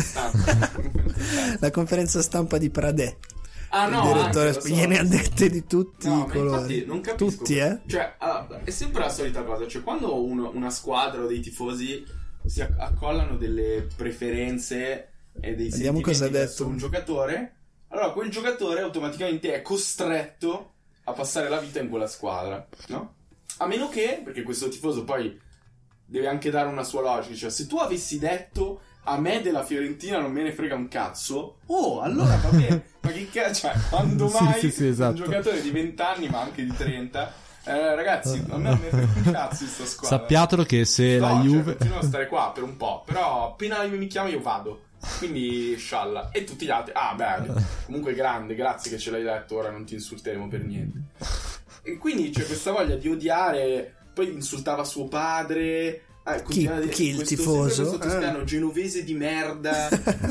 la conferenza stampa di Pradè. Ah no, Il direttore anche, lo so. gliene ha dette di tutti No, i ma colori. infatti non capisco. Tutti, Cioè, allora, è sempre la solita cosa. Cioè, quando una squadra o dei tifosi si accollano delle preferenze e dei Vediamo sentimenti cosa ha verso detto. un giocatore, allora quel giocatore automaticamente è costretto a passare la vita in quella squadra, no? A meno che, perché questo tifoso poi deve anche dare una sua logica. Cioè, se tu avessi detto a me della Fiorentina non me ne frega un cazzo, allora va bene. Ma che cazzo, cioè, quando mai esatto. un giocatore di 20 anni, ma anche di 30, ragazzi, a me non me ne frega un cazzo di sta squadra. Sappiatelo che se la Juve continuo a stare qua per un po', però appena mi chiama io vado. Quindi scialla. E tutti gli altri, comunque grande, grazie che ce l'hai detto, ora non ti insulteremo per niente. E quindi c'è questa voglia di odiare. Poi insultava suo padre. Chi il tifoso? Sottoscrivano genovese di merda.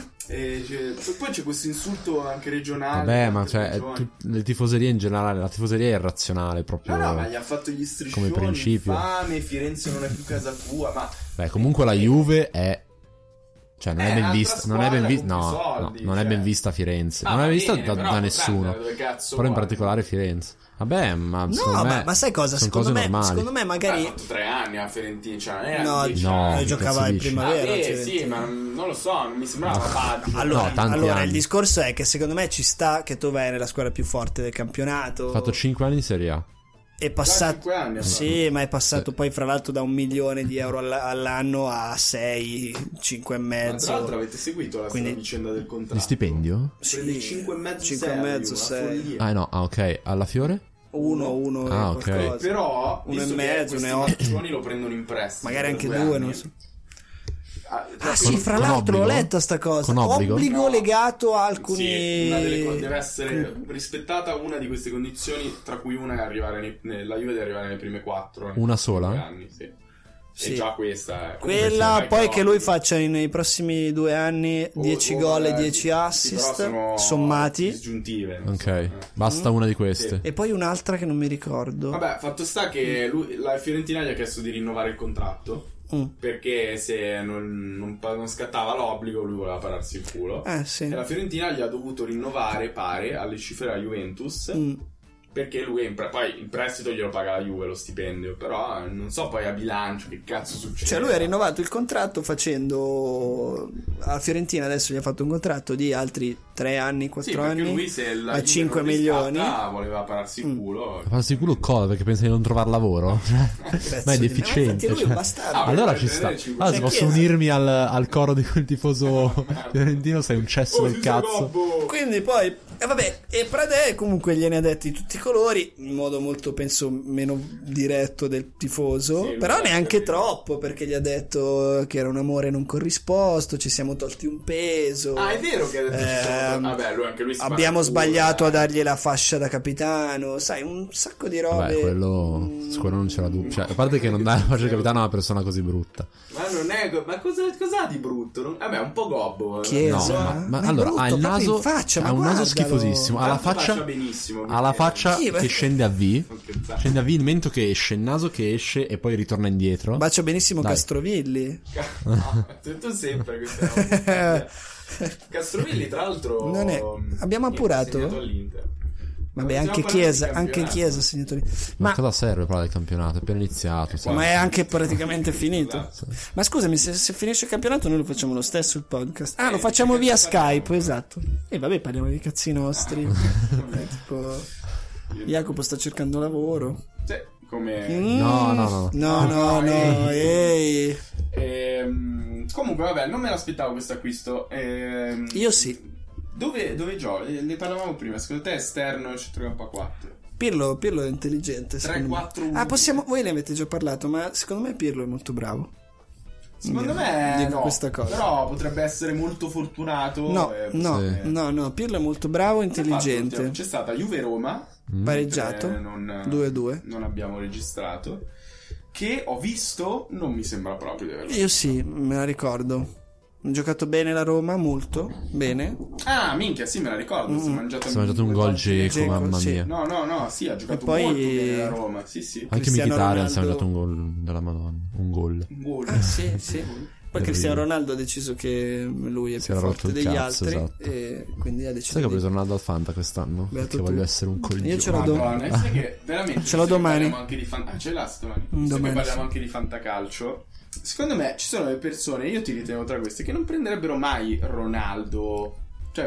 Poi c'è questo insulto anche regionale. Vabbè, ma cioè le tifoserie in generale, la tifoseria è irrazionale proprio. No, ma gli ha fatto gli striscioni, come principio. Infame, Firenze non è più casa tua. Ma beh, comunque la Juve è, cioè non è ben vista, non è ben vista, non è ben vista a Firenze, non è ben vista da nessuno, però in particolare Firenze. Vabbè, ma ma sai cosa? Secondo me magari ha fatto 3 anni a Fiorentina, cioè no, giocava in primavera. Sì, ma non lo so, non mi sembrava Baggio. Allora il discorso è che secondo me ci sta che tu vai nella squadra più forte del campionato. Ha fatto 5 anni in Serie A. È passato 5 anni, sì, ma è passato poi fra l'altro da 1 milione di euro all'anno a 6, 5 e mezzo. Tra l'altro avete seguito la vicenda del contratto? Di stipendio? Sì, 5,5 6. Ok, alla Fiore? 1 ok. Però 1,5, 1,8 lo prendono in prestito, magari anche 2, non so. Sì, fra l'altro l'ho letta sta cosa. Con obbligo legato a alcuni. Sì, una delle cose deve essere rispettata una di queste condizioni, tra cui una è arrivare la Juve deve arrivare nei prime 4. Una sola? Anni, sì. E già questa è quella, poi che lui faccia nei prossimi 2 anni 10 gol e 10 assist sommati disgiuntive. Ok, basta una di queste. E poi un'altra che non mi ricordo. Vabbè, fatto sta che la Fiorentina gli ha chiesto di rinnovare il contratto. Perché se non scattava l'obbligo lui voleva pararsi il culo. Sì. E la Fiorentina gli ha dovuto rinnovare, pare, alle cifre a Juventus. Perché lui poi in prestito glielo paga la Juve lo stipendio. Però non so poi a bilancio che cazzo succede. Cioè lui ha rinnovato il contratto facendo a Fiorentina, adesso gli ha fatto un contratto di altri 3 anni, 4 anni lui se la a 5 milioni voleva pararsi il culo. Pararsi il culo cosa? Perché pensa di non trovare lavoro? Ma è deficiente, lui è un bastardo. Allora ci sta. Se posso unirmi al coro di quel tifoso fiorentino, sei un cesso del cazzo. Quindi poi e Pradè comunque gliene ha detti tutti i colori in modo molto, penso, meno diretto del tifoso, però neanche troppo, perché gli ha detto che era un amore non corrisposto, ci siamo tolti un peso. È vero che ha detto anche lui abbiamo sbagliato a dargli la fascia da capitano, sai, un sacco di robe. Vabbè, quello non c'era dubbio, cioè, a parte che non dare la fascia da capitano a una persona così brutta. Ma non è cosa di brutto? Vabbè, un po' gobbo. Chiesa. Ma allora brutto, ha il naso, faccia, ha un naso schifosissimo, ha la faccia benissimo, ha la faccia che scende a V, il mento che esce, il naso che esce e poi ritorna indietro. Bacia benissimo Castrovilli. Tu sempre questa Castrovilli, tra l'altro non è. Abbiamo appurato all'Inter. Vabbè, anche Chiesa ha segnato lì. Ma cosa serve parlare del campionato? È appena iniziato. Ma è anche praticamente finito. Ma scusami, se finisce il campionato noi lo facciamo lo stesso il podcast. Lo facciamo via Skype, esatto. E vabbè, parliamo dei cazzi nostri. Tipo Jacopo sta cercando lavoro. Sì, come No, ehi. Comunque vabbè, non me l'aspettavo questo acquisto. Io sì. Dove giochi? Ne parlavamo prima. Secondo te è esterno e centrocampo a 4? Pirlo è intelligente. 3-4-1. Possiamo. Voi ne avete già parlato, ma secondo me Pirlo è molto bravo. Secondo me dico questa cosa. Però potrebbe essere molto fortunato. No, Pirlo è molto bravo, intelligente. C'è stata Juve-Roma pareggiato 2-2. Non abbiamo registrato. Che ho visto, non mi sembra proprio di averlo. Io sì, me la ricordo. Ha giocato bene la Roma, molto bene. Minchia, sì, me la ricordo. Si è mangiato un gol Dzeko, mamma mia. No, sì, ha giocato molto bene la Roma. Sì. Anche Mkhitaryan si è mangiato un gol della Madonna. Un gol. Sì. Poi Cristiano Ronaldo ha deciso che lui è più forte degli altri, esatto. E quindi ha deciso. Sai che ho preso Ronaldo al Fanta quest'anno? Perché voglio essere un coglione. Io ce l'ho domani. Ce l'ho domani. Ce l'ha domani. Se parliamo anche di fantacalcio. Secondo me ci sono delle persone, io ti ritengo tra queste, che non prenderebbero mai Ronaldo. Cioè,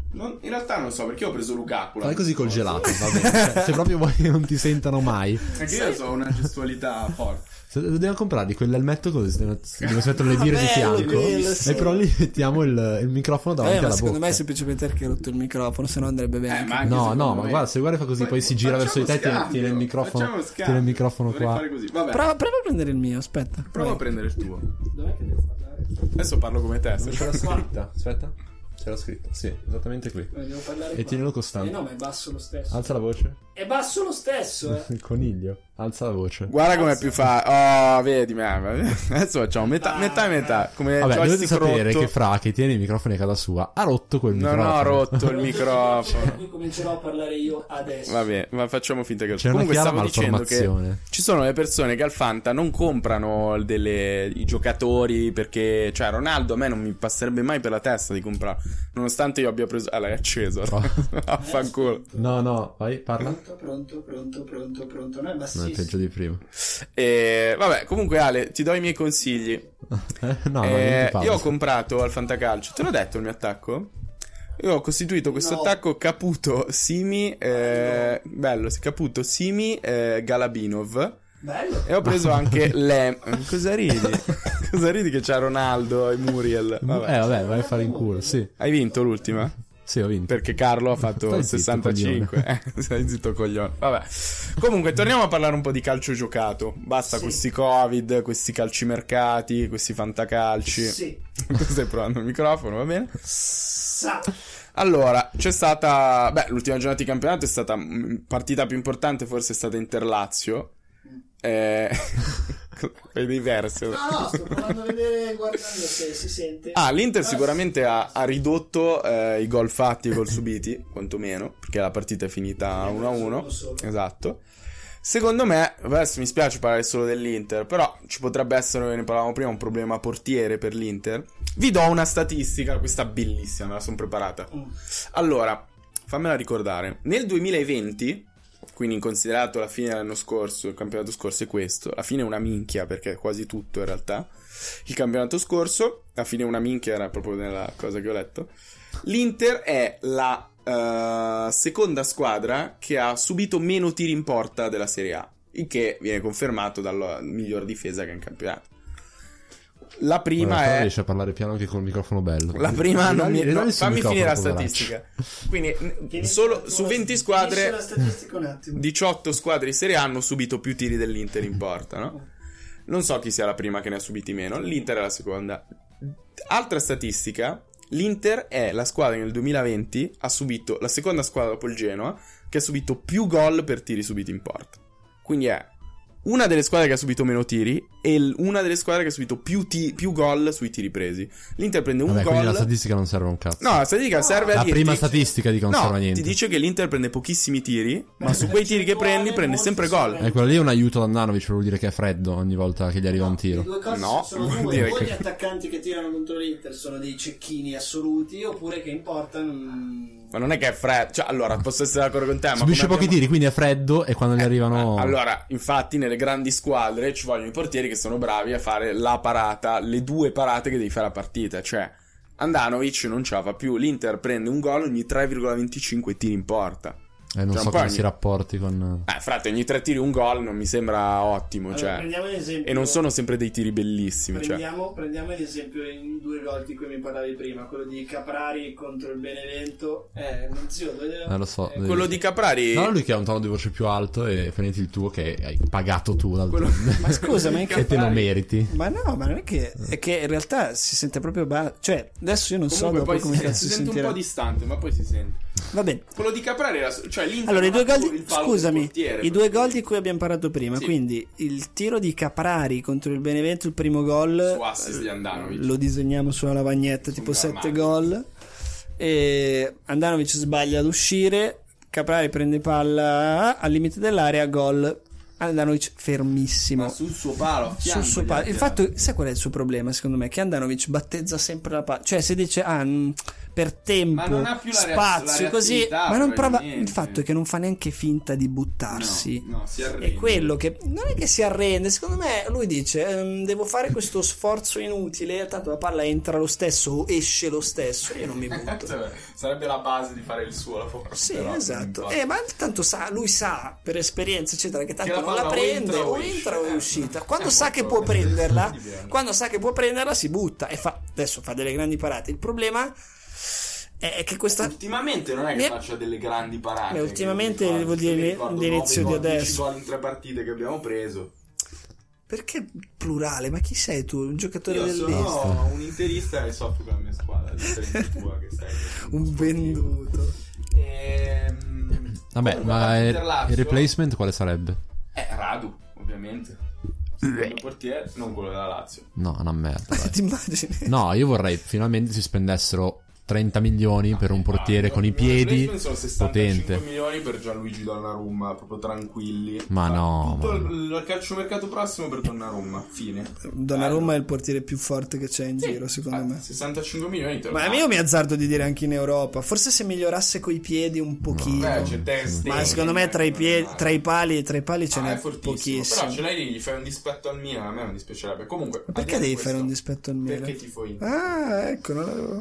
In realtà non so, perché ho preso Lukaku. Fai così col gelato, va bene. Se proprio vuoi che non ti sentano mai. Anche io so una gestualità forte. Dobbiamo comprarli quell'elmetto così, devo mettere le dire di fianco. Bello, sì. E però lì mettiamo il microfono davanti alla secondo bocca. me è semplicemente perché hai rotto il microfono, se no andrebbe bene. Ma anche No, secondo ma me. guarda, se guarda fa così, poi si gira verso di te e tiene il microfono. Tiene il microfono Dovrei qua. fare così. Vabbè, Prova a prendere il mio, aspetta. prova a prendere il tuo. Dov'è che devo parlare? Adesso parlo come te. Non c'era scritta. Aspetta. C'era scritto. Sì, esattamente qui. Devo parlare E tienilo costante. no, ma è basso lo stesso. Alza la voce. È basso lo stesso, Il coniglio. Alza la voce. Guarda com'è più fa. Oh, vedi, adesso facciamo metà e metà. Come Vabbè, dovete joystick sapere rotto. che Fra, che tiene i microfoni a casa sua, ha rotto quel Non microfono. ho rotto il microfono. Qui comincerò a parlare io adesso. Vabbè, ma facciamo finta che C'è comunque una chiara stavo dicendo che malformazione. ci sono le persone che al Fanta non comprano i giocatori perché, cioè, Ronaldo a me non mi passerebbe mai per la testa di comprarlo, nonostante io abbia preso. L'hai acceso. Affanculo. No, vai, parla. Pronto. No, è Non è bassissimo. peggio di prima. E vabbè, comunque Ale, ti do i miei consigli. No, niente pausa. Io ho comprato al Fantacalcio. Te l'ho detto il mio attacco? Io ho costituito questo attacco Caputo Simi. Bello, Caputo Simi Galabinov. Bello. E ho preso anche Cosa ridi? Cosa ridi che c'ha Ronaldo e Muriel? Vabbè, vai a fare in culo, sì. Hai vinto l'ultima? Sì, ho vinto. Perché Carlo ha fatto Stai zitto, 65. Stai zitto, coglione. Vabbè. Comunque, torniamo a parlare un po' di calcio giocato. Basta questi Covid, questi calcimercati, questi fantacalci. Sì. Stai provando il microfono, va bene? Allora, c'è stata. L'ultima giornata di campionato è stata. Partita più importante, forse è stata Inter-Lazio. Fai dei versi. No, sto provando a vedere, guardando se si sente. L'Inter sicuramente ha ridotto i gol fatti e i gol subiti, quantomeno, perché la partita è finita 1-1. Esatto. Secondo me, adesso mi spiace parlare solo dell'Inter, però ci potrebbe essere, ne parlavamo prima, un problema portiere per l'Inter. Vi do una statistica, questa bellissima, me la sono preparata. Allora, fammela ricordare. Nel 2020, quindi considerato la fine dell'anno scorso, il campionato scorso è questo, la fine è una minchia perché è quasi tutto in realtà, il campionato scorso, la fine è una minchia era proprio nella cosa che ho letto, l'Inter è la seconda squadra che ha subito meno tiri in porta della Serie A, il che viene confermato dalla miglior difesa che ha in campionato. La prima Però è. riesci a parlare piano anche col microfono bello. La prima non mi. Ridagli sul Fammi microfono, finire la poveraccio. statistica. Quindi, solo su 20 squadre, La statistica un attimo. 18 squadre di Serie A hanno subito più tiri dell'Inter in porta, no? Non so chi sia la prima che ne ha subiti meno. L'Inter è la seconda. Altra statistica: l'Inter è la squadra che nel 2020 ha subito, la seconda squadra dopo il Genoa, che ha subito più gol per tiri subiti in porta. Quindi è una delle squadre che ha subito meno tiri e una delle squadre che ha subito più gol sui tiri presi. L'Inter prende un Quindi la gol. statistica non serve a un cazzo. No, la statistica serve a La dirti. prima statistica di non serve a niente. Ti dice che l'Inter prende pochissimi tiri, ma su quei tiri che prende sempre gol. Quello lì è un aiuto ad Andanovic, vuol dire che è freddo ogni volta che gli arriva un tiro. Le due cose No, sono vuol due. dire O che- gli attaccanti che tirano contro l'Inter sono dei cecchini assoluti, oppure che in porta Ma non è che è freddo. Cioè, allora, posso essere d'accordo con te, ma Subisce come pochi abbiamo- tiri, quindi è freddo e quando gli arrivano... Allora, infatti, nelle grandi squadre ci vogliono i portieri che sono bravi a fare la parata, le due parate che devi fare a partita. Cioè, Andanovic non ce la fa più. L'Inter prende un gol ogni 3,25 tiri in porta. non cioè, so un po' come ogni- si rapporti con... Frate, ogni 3 tiri un gol non mi sembra ottimo. Allora, Cioè. prendiamo un esempio. E non sono sempre dei tiri bellissimi. Cioè. Prendiamo l'esempio in due gol di cui mi parlavi prima, quello di Caprari contro il Benevento. Non zio, lo so. Quello di Caprari. No, lui che ha un tono di voce più alto e prendi il tuo che hai pagato tu. Ma scusa, ma è che te lo meriti. Ma no, ma non è che in realtà si sente proprio cioè, adesso io non so Comunque dopo poi come si cazzo si sente un sentirà. po' distante, ma poi si sente. Va bene. Quello di Caprari era. Cioè, l'Inter Allora, i non due ha gol più il palo del scusami, portiere, i due gol di cui abbiamo parlato prima, Sì. quindi il tiro di Caprari contro il Benevento, il primo gol, Su assist di Andanovic. lo disegniamo sulla lavagnetta, tipo 7 armadio. gol. E Andanovic sbaglia ad uscire, Caprari prende palla al limite dell'area, gol. Handanovic fermissimo. Ma sul suo palo, a fianco, sul suo palo. Il fatto, sai qual è il suo problema secondo me? Che Handanovic battezza sempre la palla, cioè se dice per tempo, ma non ha più la spazio, così, ma non prova. probabilmente. Il fatto è che non fa neanche finta di buttarsi. No, si arrende. È quello che non è che si arrende, secondo me lui dice devo fare questo sforzo inutile, tanto la palla entra lo stesso o esce lo stesso, io non mi butto. Sarebbe la base di fare il suo lavoro. Sì, però, esatto. non Ma tanto lui sa per esperienza, eccetera, che tanto la non la palla prende, o o esce. entra o è uscita. Quando sa che molto- può prenderla, dipende. quando sa che può prenderla, si butta e adesso fa delle grandi parate. Il problema è che questa. Ultimamente non è che faccia delle grandi parate. Beh, ultimamente che vuol dire mi ricordo l'inizio di 9 gol, 10 adesso. gol in 3 partite che abbiamo preso. Perché plurale? Ma chi sei tu? Un giocatore Io dell'Est? sono un interista e soffro la mia squadra, a differenza tua che sei Un venduto. Vabbè, ma il replacement quale sarebbe? Radu, ovviamente. Il portiere, non quello della Lazio. No, una merda. dai. Ti immagini? No, io vorrei finalmente si spendessero 30 milioni per un portiere con i piedi sono 65 potente. milioni per Gianluigi Donnarumma, proprio tranquilli. Ma no, tutto ma- il calciomercato prossimo per Donnarumma, fine. Donnarumma è il portiere più forte che c'è in giro, secondo me. 65 milioni te lo Ma dai. io mi azzardo di dire anche in Europa. Forse se migliorasse coi piedi un pochino. C'è Ter Stegen, Ma secondo me tra i pali ce n'è è fortissimo. pochissimo. Però ce l'hai lì, gli fai un dispetto al Milan, a me non dispiacerebbe. Comunque, Ma perché al di là devi di fare un questo, dispetto al Milan? Perché tifo io. Ah, ecco, non l'avevo.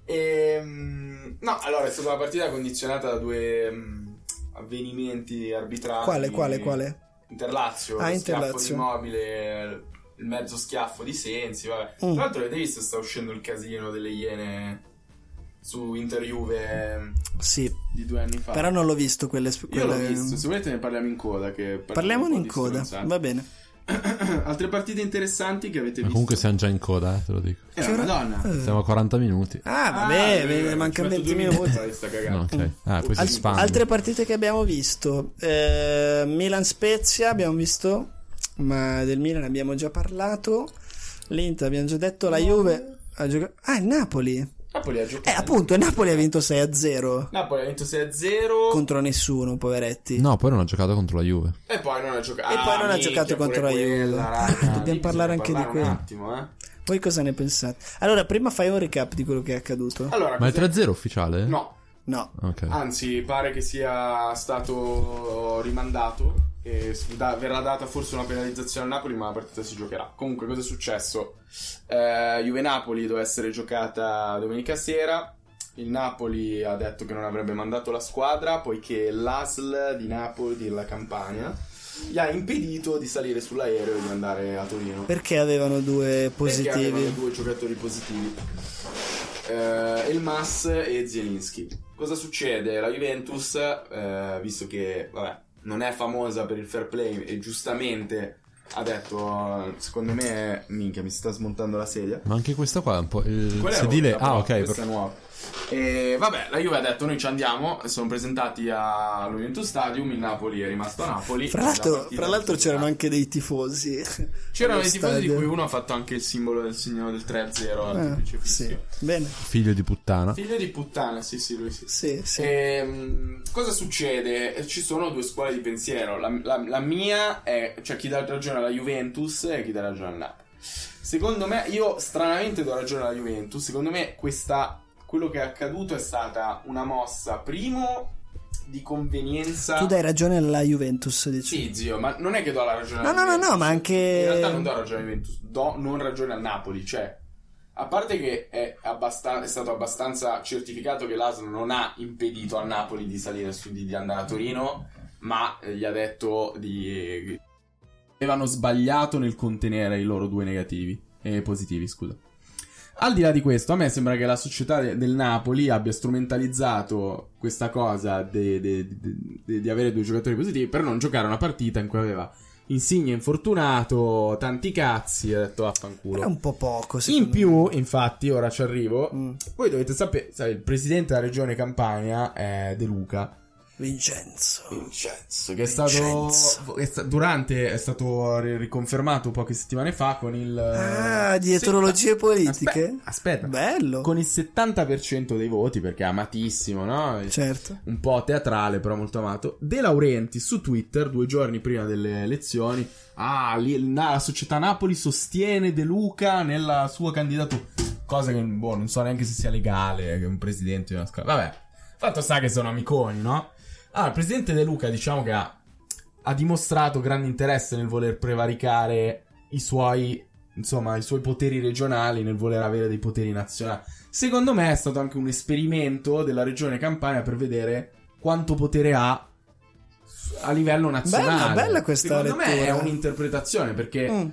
No, allora è stata una partita condizionata da due avvenimenti arbitrali. Quale? Interlazio, Ah, lo Interlazio. schiaffo di Immobile, il mezzo schiaffo di Sensi, vabbè. Tra l'altro avete visto sta uscendo il casino delle Iene su Inter-Juve Sì, di 2 anni fa. però non l'ho visto quelle. Io l'ho visto, se volete ne parliamo in coda. Parliamone in coda, va bene. Altre partite interessanti che avete Ma visto? comunque siamo già in coda, te lo dico. Madonna. Siamo a 40 minuti. Ah, vabbè, mancano 20 minuti. No, ok. Questo spam. Altre partite che abbiamo visto. Milan-Spezia abbiamo visto, ma del Milan abbiamo già parlato. L'Inter abbiamo già detto, la Juve ha giocato. Ah, il Napoli. Napoli ha giocato. Appunto, il Napoli ha vinto 6-0 Napoli ha vinto 6-0 contro nessuno, poveretti. No, poi non ha giocato contro la Juve. e poi non ha giocato. E poi non ha giocato contro la Juve. Dobbiamo parlare anche di quello. Un attimo, Voi cosa ne pensate? Allora, prima fai un recap di quello che è accaduto. Allora, Ma il cos'è? 3-0 ufficiale? No, No. Ok. anzi, pare che sia stato rimandato e verrà data forse una penalizzazione al Napoli, ma la partita si giocherà. Comunque, cosa è successo? Juve-Napoli doveva essere giocata domenica sera. Il Napoli ha detto che non avrebbe mandato la squadra poiché l'ASL di Napoli, della Campania, gli ha impedito di salire sull'aereo e di andare a Torino. Perché avevano due Perché avevano positivi. 2 giocatori positivi, Elmas e Zielinski. Cosa succede? La Juventus, visto che non è famosa per il fair play e giustamente ha detto, secondo me, minchia, mi sta smontando la sedia. Ma anche questa qua è un po' il Quella è sedile. rotta, però, Ok. questa è nuova. E vabbè, la Juve ha detto noi ci andiamo, sono presentati allo Juventus Stadium, il Napoli è rimasto a Napoli. Fra La l'altro partita c'erano anche dei tifosi. c'erano allo dei tifosi di stadio. cui uno ha fatto anche il simbolo del signore del 3-0 al crocifisso. Sì, bene. Figlio di puttana. Figlio di puttana, sì, lui sì. Sì. Cosa succede? Ci sono 2 scuole di pensiero. La mia è, cioè, chi dà ragione alla Juventus e chi dà ragione al Napoli. Secondo me, io stranamente do ragione alla Juventus. Secondo me quello che è accaduto è stata una mossa, primo, di convenienza. Tu dai ragione alla Juventus, dici? Sì, zio, ma non è che do la ragione alla No, Juventus. ma anche. In realtà non do ragione alla Juventus, do non ragione al Napoli. Cioè, a parte che è stato abbastanza certificato che l'ASL non ha impedito al Napoli di salire di andare a Torino, ma gli ha detto avevano sbagliato nel contenere i loro 2 positivi, scusa. Al di là di questo, a me sembra che la società del Napoli abbia strumentalizzato questa cosa di avere 2 giocatori positivi per non giocare una partita in cui aveva Insigne infortunato, tanti cazzi, ha detto vaffanculo. È un po' poco, In più, infatti, ora ci arrivo, voi dovete sapere, il presidente della regione Campania è De Luca, Vincenzo, che è stato è stato riconfermato poche settimane fa con il di eterologie politiche. Aspetta, bello, con il 70% dei voti, perché è amatissimo, no? Certo, un po' teatrale però molto amato. De Laurentiis su Twitter 2 giorni prima delle elezioni: la società Napoli sostiene De Luca nella sua candidatura, cosa che non so neanche se sia legale, che è un presidente di una squadra. Vabbè, fatto sta che sono amiconi, no? Il presidente De Luca, diciamo che ha dimostrato grande interesse nel voler prevaricare i suoi poteri regionali, nel voler avere dei poteri nazionali. Secondo me è stato anche un esperimento della regione Campania per vedere quanto potere ha a livello nazionale. Bella questa Secondo lettura. me è un'interpretazione, perché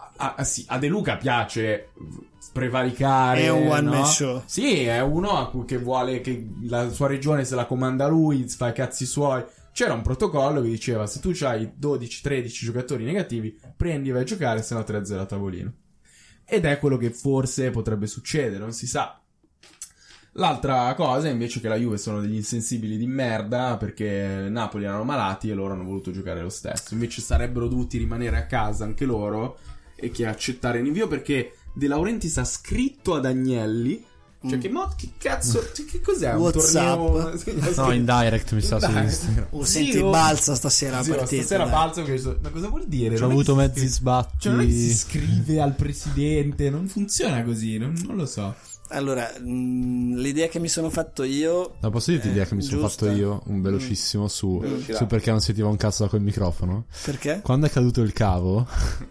a De Luca piace prevaricare, è un one man show. Sì, è uno che vuole che la sua regione se la comanda lui, fa i cazzi suoi. C'era un protocollo che diceva: se tu hai 12-13 giocatori negativi, prendi e vai a giocare, se no 3-0 a tavolino. Ed è quello che forse potrebbe succedere, non si sa. L'altra cosa è invece che la Juve sono degli insensibili di merda, perché Napoli erano malati e loro hanno voluto giocare lo stesso. Invece sarebbero dovuti rimanere a casa anche loro e che accettare l'invio, perché De Laurentiis ha scritto ad Agnelli, cioè che cazzo, che cos'è? WhatsApp. Un torneo? No, in direct mi sa su Instagram. Senti, balza stasera la partita. Stasera balza, ma cosa vuol dire? Ci ho avuto mezzi sbatti. Cioè non è che si scrive al presidente, non funziona così, non lo so. Allora, l'idea che mi sono fatto io... No, posso dirti l'idea che mi sono fatto io? Un velocissimo su perché non sentiva un cazzo da quel microfono. Perché? Quando è caduto il cavo,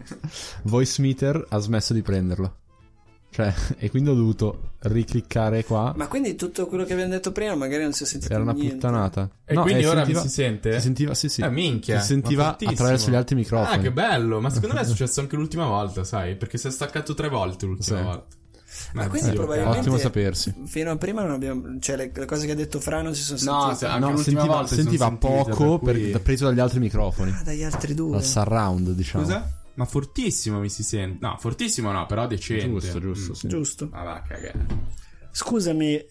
Voice Meter ha smesso di prenderlo. Cioè, e quindi ho dovuto ricliccare qua. Ma quindi tutto quello che abbiamo detto prima magari non si è sentito Era una niente. puttanata. E quindi ora mi si sente? Si sentiva, sì. Minchia. Si sentiva attraverso gli altri microfoni. Che bello. Ma secondo me è successo anche l'ultima volta, sai? Perché si è staccato 3 volte l'ultima volta. Ma quindi probabilmente ottimo sapersi. Fino a prima non abbiamo, cioè le cose che ha detto Fra non si sono sentite. No, anche l'ultima volta sentiva poco per preso dagli altri microfoni. Dagli altri due. Dal surround, diciamo. Scusa? Ma fortissimo mi si sente. No, fortissimo no, però decente. Giusto, sì. Giusto. Ma va, cagare. Scusami,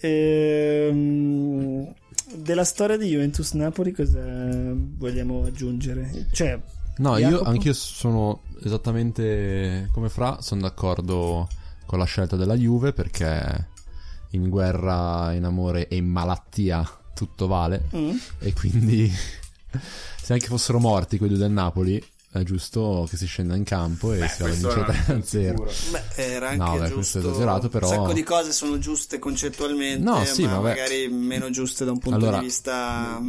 della storia di Juventus Napoli cosa vogliamo aggiungere? Cioè, no, Jacopo? anch'io sono esattamente come Fra, sono d'accordo con la scelta della Juve, perché in guerra, in amore e in malattia tutto vale. E quindi se anche fossero morti quelli del Napoli è giusto che si scenda in campo e si vince 3-0. Beh, era anche questo è esagerato, però un sacco di cose sono giuste concettualmente, no, sì, ma vabbè, magari meno giuste da un punto di vista.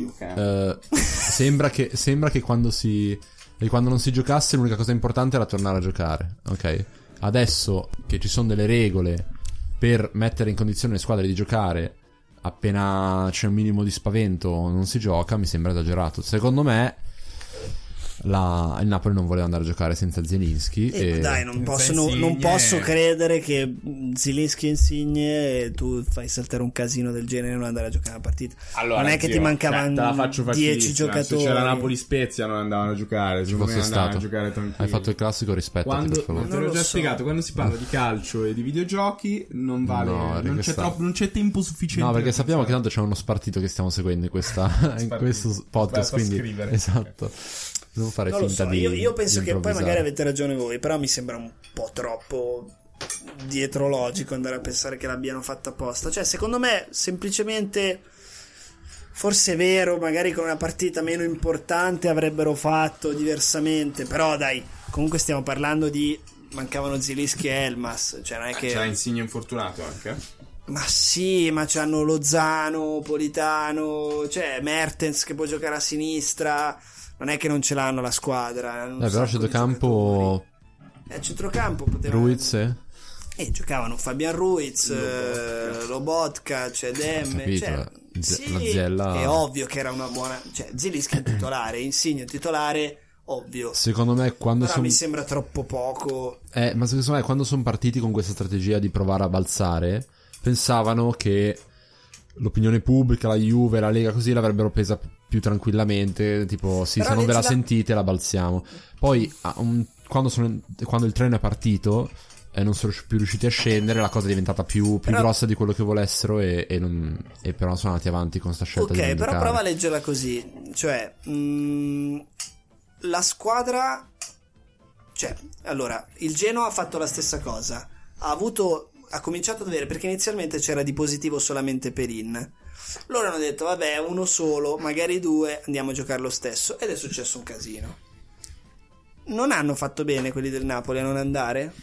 Sembra che quando non si giocasse l'unica cosa importante era tornare a giocare, ok? Adesso che ci sono delle regole per mettere in condizione le squadre di giocare, appena c'è un minimo di spavento non si gioca, mi sembra esagerato. Secondo me il Napoli non voleva andare a giocare senza Zielinski dai, non posso credere che Zielinski e Insigne e tu fai saltare un casino del genere e non andare a giocare una partita. Allora, non è che ti mancavano 10 giocatori. Se c'era Napoli-Spezia non andavano a giocare, ci fosse stato. A giocare tranquillo. Hai fatto il classico rispetto, te l'ho già spiegato, quando si parla di calcio e di videogiochi non vale, non c'è tempo sufficiente. No, perché sappiamo che tanto c'è uno spartito che stiamo seguendo in questo podcast, quindi esatto. Devo fare finta di io penso che poi magari avete ragione voi, però mi sembra un po' troppo dietrologico andare a pensare che l'abbiano fatta apposta. Cioè, secondo me, semplicemente, forse è vero, magari con una partita meno importante avrebbero fatto diversamente, però dai, comunque stiamo parlando di mancavano Zielinski e Elmas, cioè non è che c'era Insigne infortunato anche. Ma sì, ma c'hanno Lozano, Politano, c'è Mertens che può giocare a sinistra. Non è che non ce l'hanno la squadra. Però centrocampo. Centrocampo poteva. Ruiz? Giocavano Fabian Ruiz, Lobotka, c'è Demme. La Ziella. È ovvio che era una buona. Cioè, Zielinski è titolare, Insigne è titolare, ovvio. Secondo me, quando mi sembra troppo poco. Ma secondo me, quando sono partiti con questa strategia di provare a balzare, pensavano che l'opinione pubblica, la Juve, la Lega, così l'avrebbero presa più tranquillamente, tipo sì, però se non ve la sentite la balziamo. Poi quando il treno è partito, non sono più riusciti a scendere, la cosa è diventata più grossa di quello che volessero e però sono andati avanti con sta scelta di Ok, vendicare. però prova a leggerla così, cioè la squadra, cioè allora il Genoa ha fatto la stessa cosa, ha cominciato ad avere, perché inizialmente c'era di positivo solamente Perin, loro hanno detto vabbè, uno solo, magari due, andiamo a giocare lo stesso, ed è successo un casino. Non hanno fatto bene quelli del Napoli a non andare?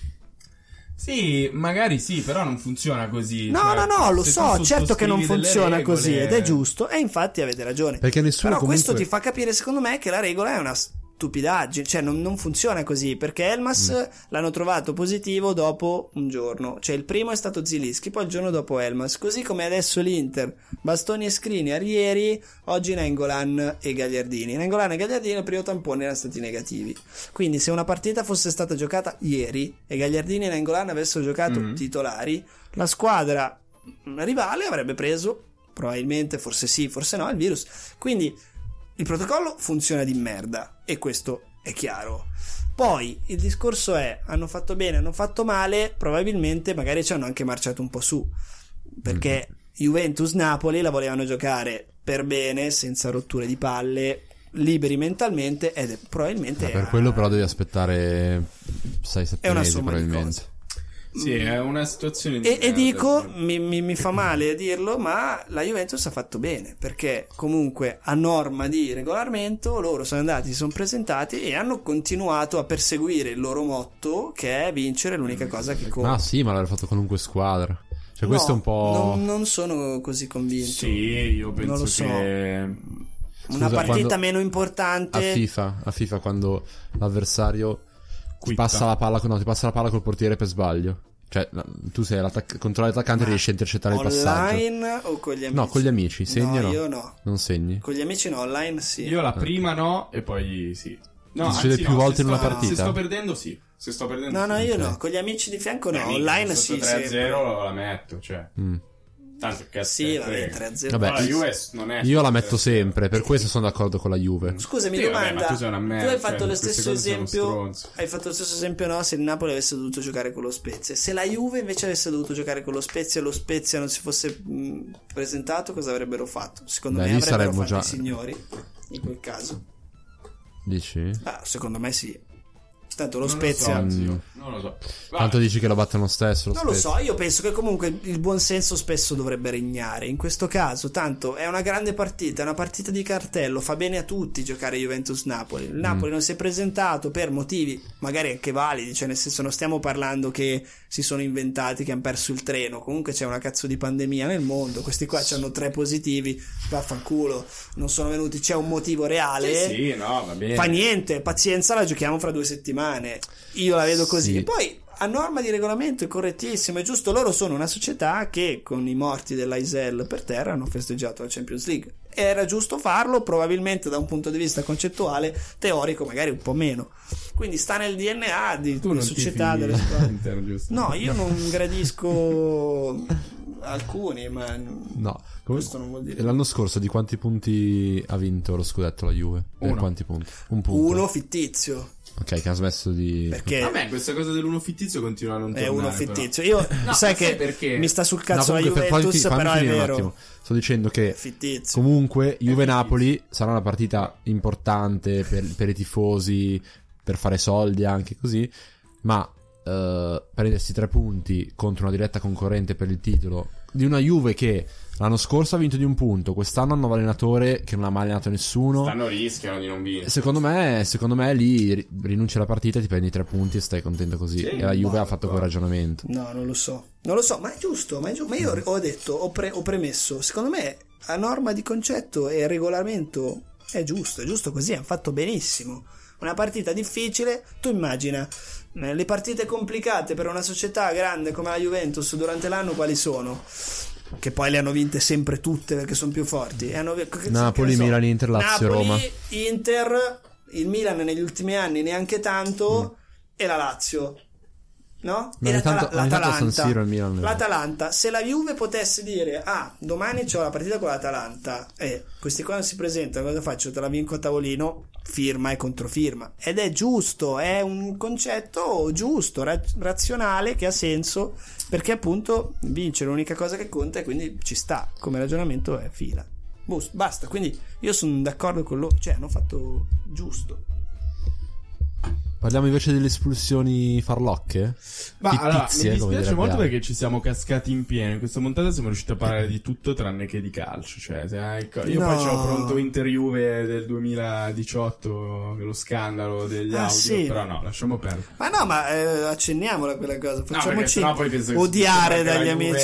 Sì, magari sì, però non funziona così. No, cioè, no, lo se so, tu certo che non sottoscrivi delle funziona regole- così, ed è giusto, e infatti avete ragione. Perché nessuno Però questo comunque... ti fa capire, secondo me, che la regola è una stupidaggine, cioè non funziona così, perché Elmas l'hanno trovato positivo dopo un giorno, cioè il primo è stato Zielinski, poi il giorno dopo Elmas, così come adesso l'Inter, Bastoni e Skriniar ieri, oggi Nainggolan e Gagliardini. Nainggolan e Gagliardini al primo tampone erano stati negativi, quindi se una partita fosse stata giocata ieri e Gagliardini e Nainggolan avessero giocato titolari, la squadra rivale avrebbe preso probabilmente, forse sì, forse no, il virus. Quindi il protocollo funziona di merda e questo è chiaro. Poi il discorso è: hanno fatto bene, hanno fatto male, probabilmente magari ci hanno anche marciato un po' su, perché Juventus-Napoli la volevano giocare per bene, senza rotture di palle, liberi mentalmente, ed è probabilmente per quello però devi aspettare 6-7 è una mesi somma di probabilmente. cose. Sì, è una situazione di E dico, mi fa male dirlo, ma la Juventus ha fatto bene, perché comunque a norma di regolamento loro sono andati, si sono presentati e hanno continuato a perseguire il loro motto, che è vincere, l'unica cosa che conta. Ah sì, ma l'avrebbe fatto qualunque squadra. Cioè questo è un po'... non sono così convinto. Sì, io penso Non lo so. che... Una partita quando- meno importante A FIFA quando l'avversario ti Quitta. passa la palla col portiere per sbaglio. Cioè tu sei controlli l'attaccante e riesci a intercettare il passaggio. online o con gli amici? No, con gli amici, segni o no? Io no. Non segni? Con gli amici no, online sì. Io la prima no e poi sì. No, Succede anzi più no, volte se in una sto- partita? Se sto perdendo sì. Se sto perdendo No, sì. io Ok. no, con gli amici di fianco no, Mica, online sotto sì, 3-0 la metto, cioè. Tanto che Sì, frega. vabbè, 3-0. Vabbè, La Juve non è io la metto sempre, per questo sono d'accordo con la Juve. Scusami, Sì, vabbè, domanda. ma tu sei una merda, hai fatto cioè, lo queste stesso cose sono esempio. stronze. Hai fatto lo stesso esempio, no? Se il Napoli avesse dovuto giocare con lo Spezia. Se la Juve invece avesse dovuto giocare con lo Spezia e lo Spezia non si fosse presentato, cosa avrebbero fatto? Secondo Beh, me lì avrebbero saremmo fatto già- i signori. In quel caso. Dici? Ah, secondo me sì. Tanto lo Non Spezia. lo so, zio. Non lo so. Tanto dici che lo battono stesso. Non lo so, io penso che comunque il buonsenso spesso dovrebbe regnare. In questo caso, tanto è una grande partita, è una partita di cartello, fa bene a tutti giocare Juventus-Napoli. Il Napoli non si è presentato per motivi magari anche validi, cioè nel senso non stiamo parlando che si sono inventati, che hanno perso il treno. Comunque c'è una cazzo di pandemia nel mondo, questi qua hanno 3 positivi, vaffanculo, non sono venuti, c'è un motivo reale. Sì, no, va bene. Fa niente, pazienza, la giochiamo fra 2 settimane. Io la vedo così. Sì. E poi a norma di regolamento è correttissimo, è giusto. Loro sono una società che con i morti dell'Aisel per terra hanno festeggiato la Champions League. Era giusto farlo, probabilmente da un punto di vista concettuale, teorico magari un po' meno. Quindi sta nel DNA di Tu non società tifi delle squadre. Inter, giusto? No, io non gradisco alcuni, ma No, questo non vuol dire l'anno scorso di quanti punti ha vinto lo scudetto la Juve? Uno. Quanti punti? Un punto. uno fittizio. Ok, che ha smesso di... Perché Vabbè, questa cosa dell'uno fittizio continua a non è tornare. uno fittizio. Io No, sai ma che sai perché? mi sta sul No, cazzo la comunque, Juventus, fammi però è finire un vero. attimo. Sto dicendo che Fittizio. comunque Juve-Napoli sarà una partita importante per i tifosi, per fare soldi anche così, ma prendersi 3 punti contro una diretta concorrente per il titolo di una Juve che l'anno scorso ha vinto di 1 punto, quest'anno ha un nuovo allenatore che non ha mai allenato nessuno. Stanno rischiano di non vincere. Secondo me lì rinunci alla partita, ti prendi 3 punti e stai contento così. Sì, e la Juve ma- ha fatto quel ragionamento. No, non lo so, ma è giusto, ma io ho detto, ho premesso, secondo me a norma di concetto e regolamento è giusto così, hanno fatto benissimo. Una partita difficile, tu immagina le partite complicate per una società grande come la Juventus durante l'anno quali sono? Che poi le hanno vinte sempre tutte perché sono più forti. Napoli, Milan, Inter, Lazio, Napoli, Roma. Inter, il Milan negli ultimi anni neanche tanto e la Lazio. no? Ma E ogni tanto a San Siro il Milan. L'Atalanta, se la Juve potesse dire domani c'ho la partita con l'Atalanta e questi qua non si presentano, cosa faccio? Te la vinco a tavolino, firma e controfirma, ed è giusto, è un concetto giusto, razionale, che ha senso, perché appunto vincere è l'unica cosa che conta e quindi ci sta, come ragionamento è fila. Basta, quindi io sono d'accordo con loro, cioè hanno fatto giusto. Parliamo invece delle espulsioni farlocche? Ma allora, mi dispiace molto direbbe perché ci siamo cascati in pieno. In questa puntata siamo riusciti a parlare di tutto tranne che di calcio. Cioè, io poi c'ho pronto Inter-Juve del 2018, lo scandalo degli audio. Sì. Però no, lasciamo perdere. Ma no, accenniamola quella cosa. Facciamoci No, odiare dagli amici.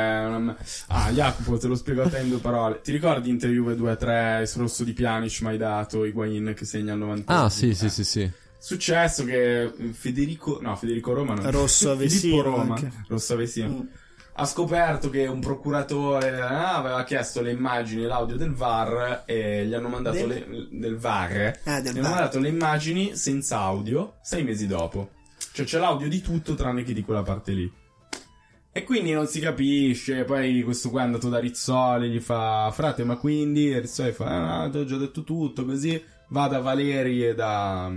Jacopo, te lo spiego a te in 2 parole. Ti ricordi Inter-Juve 2-3, il rosso di Pjanic mai dato, Higuain che segna al 90? Sì. Successo che Federico Roma non Rosso Filippo Avesino Roma, anche. Rosso Avesino ha scoperto che un procuratore aveva chiesto le immagini e l'audio del VAR e gli hanno mandato del VAR del gli hanno mandato le immagini senza audio 6 mesi dopo, cioè c'è l'audio di tutto tranne che di quella parte lì, e quindi non si capisce. Poi questo qua è andato da Rizzoli, gli fa: frate, ma quindi? E Rizzoli fa: ti ho già detto tutto, così. Va da Valeri e da...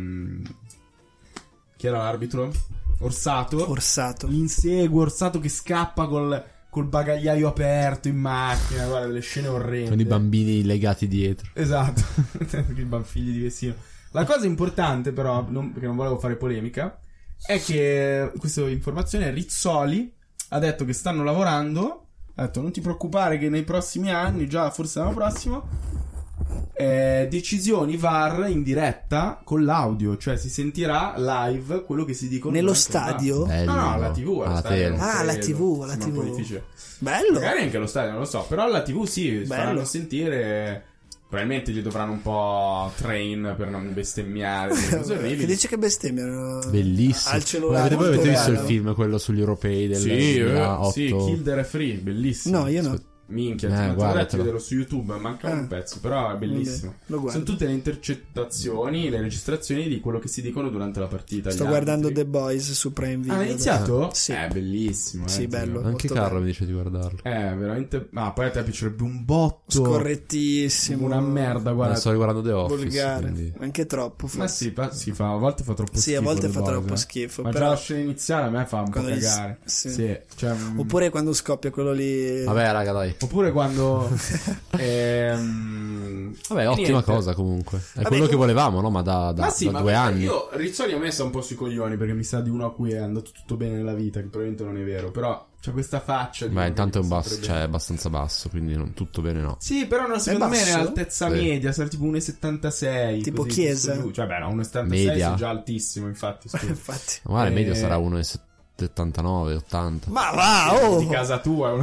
chi era l'arbitro? Orsato. Li insegue, Orsato che scappa col bagagliaio aperto in macchina. Guarda, delle scene orrende. Con i bambini legati dietro. Esatto. I figli di Vessino. La cosa importante però, perché non volevo fare polemica, è che questa informazione Rizzoli ha detto che stanno lavorando. Ha detto: non ti preoccupare che nei prossimi anni, già forse l'anno prossimo, decisioni VAR in diretta con l'audio, cioè si sentirà live quello che si dicono nello stadio. No, alla TV, la TV. È un po' difficile. Bello. Magari anche allo stadio, non lo so, però alla TV sì, faranno sentire. Probabilmente gli dovranno un po' train per non bestemmiare. Che dice che bestemmiano? Bellissimo. Al cellulare. Voi avete visto il film, quello sugli europei del 2008? Sì, Kill the Referee, bellissimo. No, io no. Minchia, ti guarda, vederlo su YouTube, manca un pezzo, però è bellissimo. Sono tutte le intercettazioni, le registrazioni di quello che si dicono durante la partita. Sto guardando The Boys su Prime Video. Hai iniziato? Sì. È bellissimo. Sì, bello. Anche Carlo mi dice di guardarlo. Veramente. Poi a te piacerebbe un botto. Scorrettissimo. Una merda, guarda. Sto guardando The Office. Volgare. Quindi... anche troppo. Ma sì, a volte fa troppo schifo. Sì, a volte fa troppo schifo. Ma però... già la scena iniziale a me fa un po' cagare. Sì. Cioè, oppure quando scoppia quello lì. Vabbè, raga, dai. Oppure quando. Vabbè, ottima cosa comunque. È quello che volevamo, no? Ma da 2 anni. Io Rizzoli ha messo un po' sui coglioni, perché mi sa di uno a cui è andato tutto bene nella vita, che probabilmente non è vero. Però c'ha questa faccia di... Beh, intanto è abbastanza basso, quindi non tutto bene, no. Sì, però secondo me è altezza media, sarà tipo 1,76. Tipo così, Chiesa. Cioè, beh, no, 1,76 media. è già altissimo, infatti. Infatti. Ma medio sarà 1,79, 80. Ma va, di casa tua,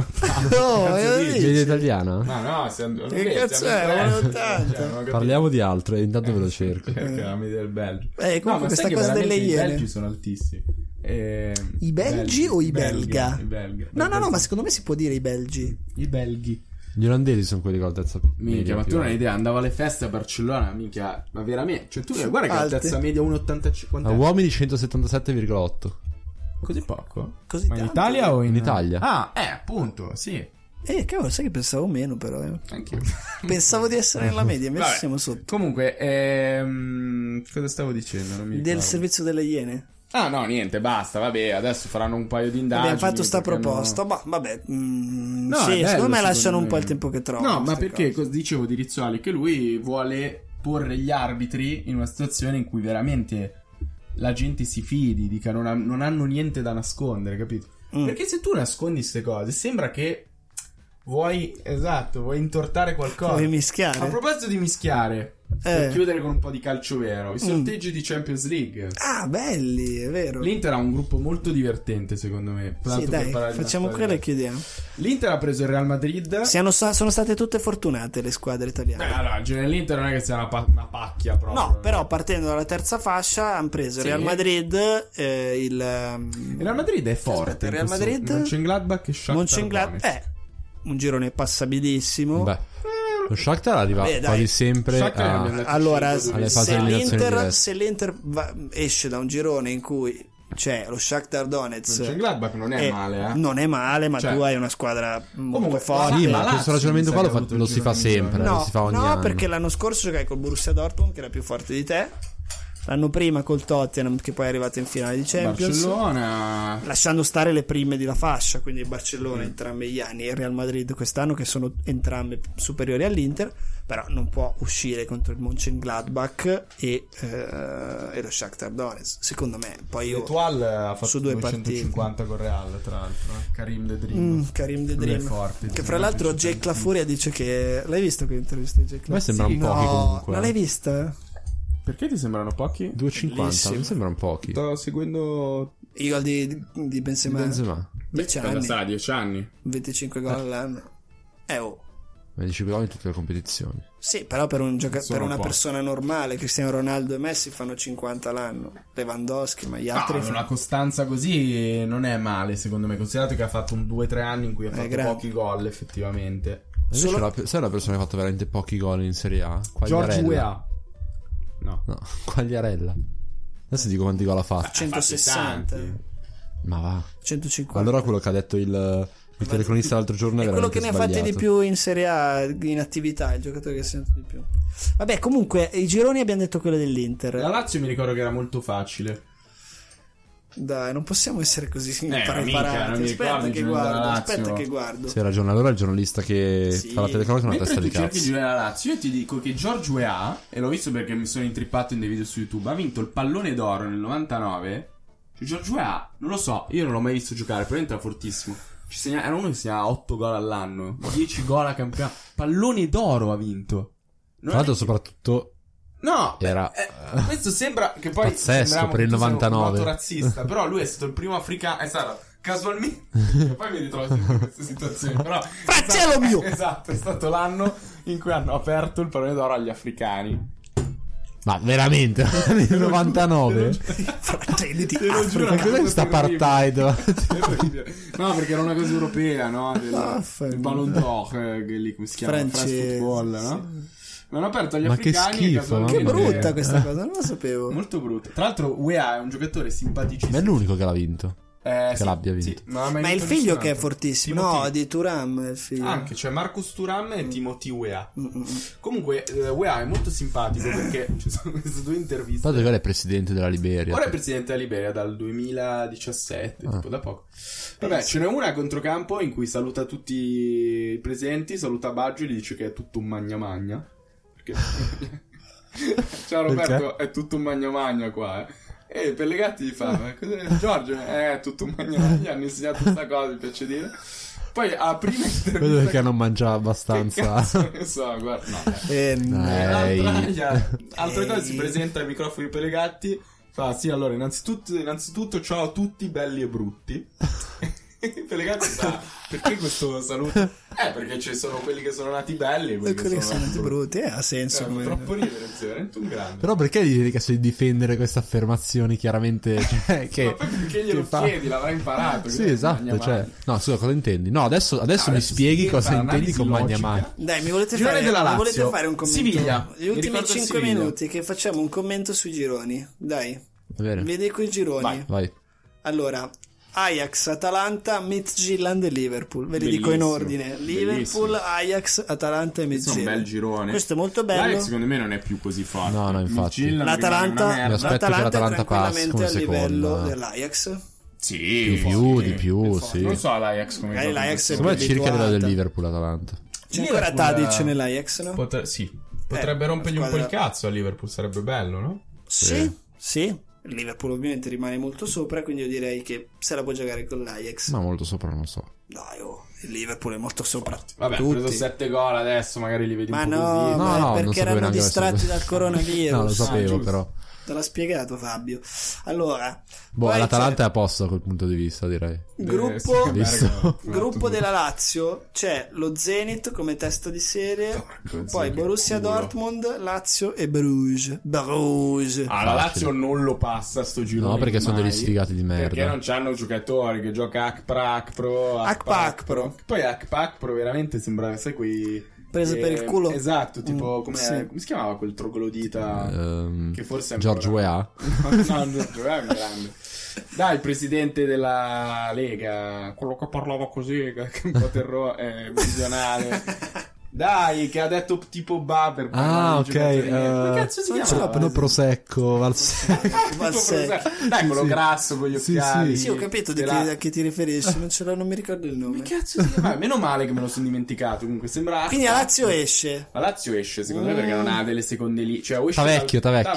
media italiana? Ma no, che cazzo è? 1,80. Parliamo di altro, intanto ve lo cerco. La media del Belgio. Comunque questa cosa delle Iene. I belgi sono altissimi. I belgi o i belga? I belga. No, ma secondo me si può dire i belgi. I belghi. Gli olandesi sono quelli con l'altezza minchia, ma tu non hai idea, andavo alle feste a Barcellona, minchia, ma veramente, cioè tu guarda che l'altezza media 1,85. A uomini 177,8. Così poco? Così ma in Italia o in Italia? Appunto, sì. Cavolo, sai che pensavo meno però. Anch'io. Pensavo di essere nella media, invece siamo sotto. Comunque, cosa stavo dicendo? Non mi ricordo. Del servizio delle Iene. No, niente, basta, vabbè, adesso faranno un paio di indagini. Abbiamo fatto sta proposta, ma vabbè, sì, secondo me lasciano un po' il tempo che trovano. No, ma perché, dicevo di Rizzoli, che lui vuole porre gli arbitri in una situazione in cui veramente la gente si fidi, dica non hanno niente da nascondere, capito? Perché se tu nascondi queste cose, sembra che vuoi intortare qualcosa. Vuoi mischiare? A proposito di mischiare, per chiudere con un po' di calcio vero, i sorteggi di Champions League. Belli, è vero. L'Inter ha un gruppo molto divertente, secondo me. Sì, dai, facciamo quello e chiudiamo. L'Inter ha preso il Real Madrid. Sono state tutte fortunate le squadre italiane. Allora, l'Inter non è che sia una pacchia proprio. No, però partendo dalla terza fascia hanno preso il Real Madrid, il Real Madrid è forte. Aspetta, il Real Madrid, Mönchengladbach e Shakhtar. un girone passabilissimo. Beh, lo Shakhtar arriva quasi sempre allora alle fasi eliminazioni dirette. Se l'Inter esce da un girone in cui c'è lo Shakhtar Donetsk. Mönchengladbach non è male, Non è male, ma cioè, tu hai una squadra molto comunque, forte. Sì, ma Lazio questo ragionamento qua lo si fa sempre, No, lo si fa ogni no, anno. perché l'anno scorso giocai col Borussia Dortmund, che era più forte di te. L'anno prima col Tottenham, che poi è arrivato in finale di Champions. Barcellona. Lasciando stare le prime di la fascia, quindi il Barcellona entrambi gli anni e il Real Madrid quest'anno, che sono entrambe superiori all'Inter, però non può uscire contro il Mönchengladbach e lo Shakhtar Donetsk, secondo me. Poi io Etoile ha fatto su due 250 con Real, tra l'altro. Karim The Dream. Karim The Lui è Dream, forte, che fra l'altro Jake La Furia dice che... L'hai visto quell'intervista di Jake A La me sembrano pochi comunque. Non l'hai vista? Perché ti sembrano pochi? 2,50, Bellissimo. mi sembrano pochi. Sto seguendo I gol di Benzema. Benzema. 10 cosa anni, sarà 10 anni. 25 gol all'anno. Oh. 25 gol in tutte le competizioni. Sì, però per Sono una pochi. persona normale, Cristiano Ronaldo e Messi fanno 50 l'anno. Lewandowski, ma gli altri Una costanza così non è male, secondo me, considerato che ha fatto un 2-3 anni in cui ha fatto grande. pochi gol, effettivamente. Invece Solo- sai una persona che ha fatto veramente pochi gol in Serie A? George Quagliarella. Weah. No. No, Quagliarella. Adesso dico quanti gol ha fatto. 160, tanti. Ma va. 150. Allora quello che ha detto il telecronista l'altro giorno è è quello veramente che ne ha fatti sbagliato. di più in Serie A in attività, il giocatore che ha segnato di più. Vabbè, comunque i gironi abbiamo detto quello dell'Inter. La Lazio mi ricordo che era molto facile. Dai, non possiamo essere così mica, non preparati. mi Aspetta ricordo il che girone della guardo, Lazio. aspetta che guardo. Sì, hai ragione. Allora il giornalista che Sì. fa la telecronaca è una Mentre testa tu di cerchi cazzo. di giocare la Lazio, io ti dico che George Weah, e l'ho visto perché mi sono intrippato in dei video su YouTube, ha vinto il pallone d'oro nel 99. Cioè, George Weah, non lo so, io non l'ho mai visto giocare, probabilmente era fortissimo. Era uno che segnava 8 gol all'anno, 10 gol a campionato. Pallone d'oro ha vinto. Tra l'altro soprattutto No, era questo sembra che poi pazzesco sembriamo per il che tu sei 99. un moto razzista, però lui è stato il primo africano, è stato casualmente e poi mi ritrovo sempre in queste situazioni, però Fratello mio! esatto, è stato l'anno in cui hanno aperto il pallone d'oro agli africani. Ma veramente? Nel 99? Fratelli di Te lo giuro, Ma cos'è questa apartheid? No, perché era una cosa europea, no? Il Ballon d'Or, che lì come si chiama? Francese, France Football, no? Mi hanno aperto agli Ma che africani schifo, e casualmente... Che brutta questa cosa, non la sapevo. Molto brutta. Tra l'altro Weah è un giocatore simpaticissimo. Ma è l'unico che l'ha vinto. Che l'abbia vinto. Sì, Ma è il vinto figlio nessun che è altro. fortissimo. Timothy. No, di Thuram è il figlio. Anche, cioè Marcus Thuram e Timothy Weah. Comunque Weah è molto simpatico perché ci sono queste due interviste. Guarda che ora è presidente della Liberia. Ora è presidente della Liberia dal 2017, tipo da poco. Vabbè, ce n'è una a controcampo in cui saluta tutti i presenti, saluta Baggio e gli dice che è tutto un magna magna. Perché... Ciao Roberto, è tutto un magna magna qua, E Pellegatti gli fa, ma cos'è? Giorgio, è tutto un magna magna, hanno insegnato questa cosa, mi piace dire. Poi a prima intervista... Vedo perché non mangia abbastanza. Che cazzo ne so, guarda, no. Altre cose, si presenta ai microfoni Pellegatti, fa sì, allora innanzitutto ciao a tutti belli e brutti. Pellegatti fa, perché questo saluto? Perché ci sono quelli che sono nati belli e quelli quelli che sono nati brutti, ha senso come... troppo ridere, sei veramente un grande. Però perché gli dedica di difendere queste affermazioni chiaramente, cioè, che Ma poi perché glielo chiedi, l'avrai imparato. Sì, esatto, cioè... No, scusa, cosa intendi? No, adesso mi spieghi cosa intendi con magna magna. Dai, mi volete Girone fare, della mi volete Lazio. fare un commento? Siviglia. Gli Mi ultimi ricordo 5 Siviglia. minuti che facciamo un commento sui gironi. Dai, Va bene. vi dico i gironi. Vai. Allora, Ajax, Atalanta, Midtjylland e Liverpool. Ve li dico in ordine. Liverpool, Ajax, Atalanta e Questo è un Midtjylland. bel girone. Questo è molto bello. L'Ajax secondo me non è più così forte. No, infatti. Midtjylland L'Atalanta, rimane una merda. Mi aspetto che l'Atalanta è passi tranquillamente come a livello seconda. dell'Ajax. Sì, Di più, sì. Non so l'Ajax come Magari gioca. l'Ajax è Secondo me è più circa il livello del abituata. Liverpool Atalanta. C'è ancora Liverpool, Tadic nell'Ajax, no? Sì. Potrebbe rompergli un po' squadra- il cazzo a Liverpool, sarebbe bello, no? Sì. Il Liverpool ovviamente rimane molto sopra, quindi io direi che se la può giocare con l'Ajax. Ma molto sopra non so. Dai, il Liverpool è molto sopra. Vabbè, ha tutti. preso 7 gol adesso, magari li vedi Ma un po' no, così. ma No, è perché non sapevo erano neanche distratti adesso. dal coronavirus. No, lo sapevo giusto. però. Te l'ha spiegato Fabio. Allora, Boh, poi l'Atalanta è a posto da quel punto di vista, direi. c'è gruppo, Visto. gruppo della Lazio, c'è lo Zenit come testa di serie, poi Borussia Dortmund, Lazio e Bruges. La Lazio non lo passa sto giro. No, perché sono degli sfigati di merda. Perché non c'hanno giocatori che gioca Akpro. Akpro. Poi Akpro veramente sembra, sai, quei Prese per il culo. Esatto, tipo sì. come si chiamava quel troglodita che forse è George ancora... Weah. No, George Weah è un grande. Dai, il presidente della Lega, quello che parlava così, che è un po' visionale. Dai, che ha detto tipo per ok. Che cazzo si chiama? No, Prosecco, Dai, quello sì. grasso con gli occhiali. Sì, ho capito a che ti riferisci, non mi ricordo il nome. Che cazzo si chiama? Meno male che me lo sono dimenticato. Comunque sembra. Quindi la Lazio esce. La Lazio esce, secondo me, perché non ha delle seconde lì. Cioè, o esce Tavecchio.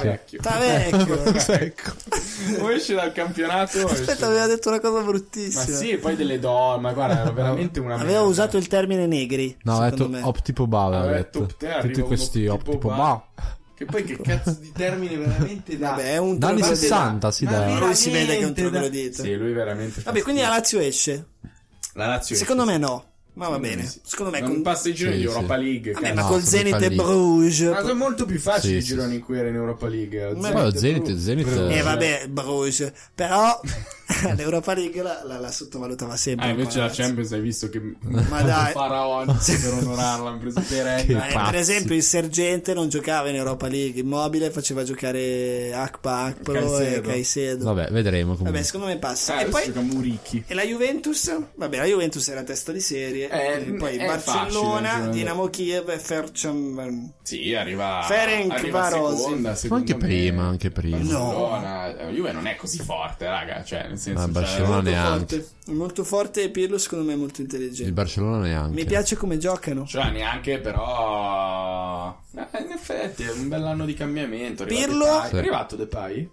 Prosecco. O esce dal campionato. Aspetta, aveva detto una cosa bruttissima. Ma sì, e poi delle donne. Ma guarda, era veramente una. Aveva usato il termine negri. No, ha secondo detto me. Optipo Ba, aveva detto. Tutti questi Optipo Ba. Che poi che cazzo di termine veramente da. Vabbè, è un Dagli troglodita. 60, sì, dai. Lui si vede che è un troglodita. Sì, lui veramente. Vabbè, quindi la Lazio esce. La Lazio Secondo esce. me no. Ma va bene. Sì. Secondo me non passa i gironi Sì, di Europa sì. League. Vabbè, cazzo. ma No, col sono Zenit e lì. Bruges. Ma sono molto più facili i Sì, gironi in cui era in Europa League. Ma Poi lo Zenit vabbè, Bruges. Però l'Europa League la sottovalutava sempre. Invece la Lazio. Champions hai visto che Ma dai. faraonici per onorarla hanno preso Pereira. Che Per pazzi. esempio il Sergente non giocava in Europa League, Immobile faceva giocare Akpro e Caicedo. Vabbè, vedremo comunque. Vabbè, secondo me passa. E Adesso poi gioca Murichi. e la Juventus? Vabbè, la Juventus era testa di serie. E poi è Barcellona, facile, Dinamo Kiev e Sì, arriva Ferencvaros. seconda, Anche prima. Barcellona, la Juve non è così forte, raga, cioè nel senso Barcellona neanche. Molto forte e Pirlo secondo me è molto Il intelligente. Barcellona neanche. Mi piace come giocano. cioè neanche però in effetti è un bell'anno di cambiamento. Pirlo? È arrivato Depay?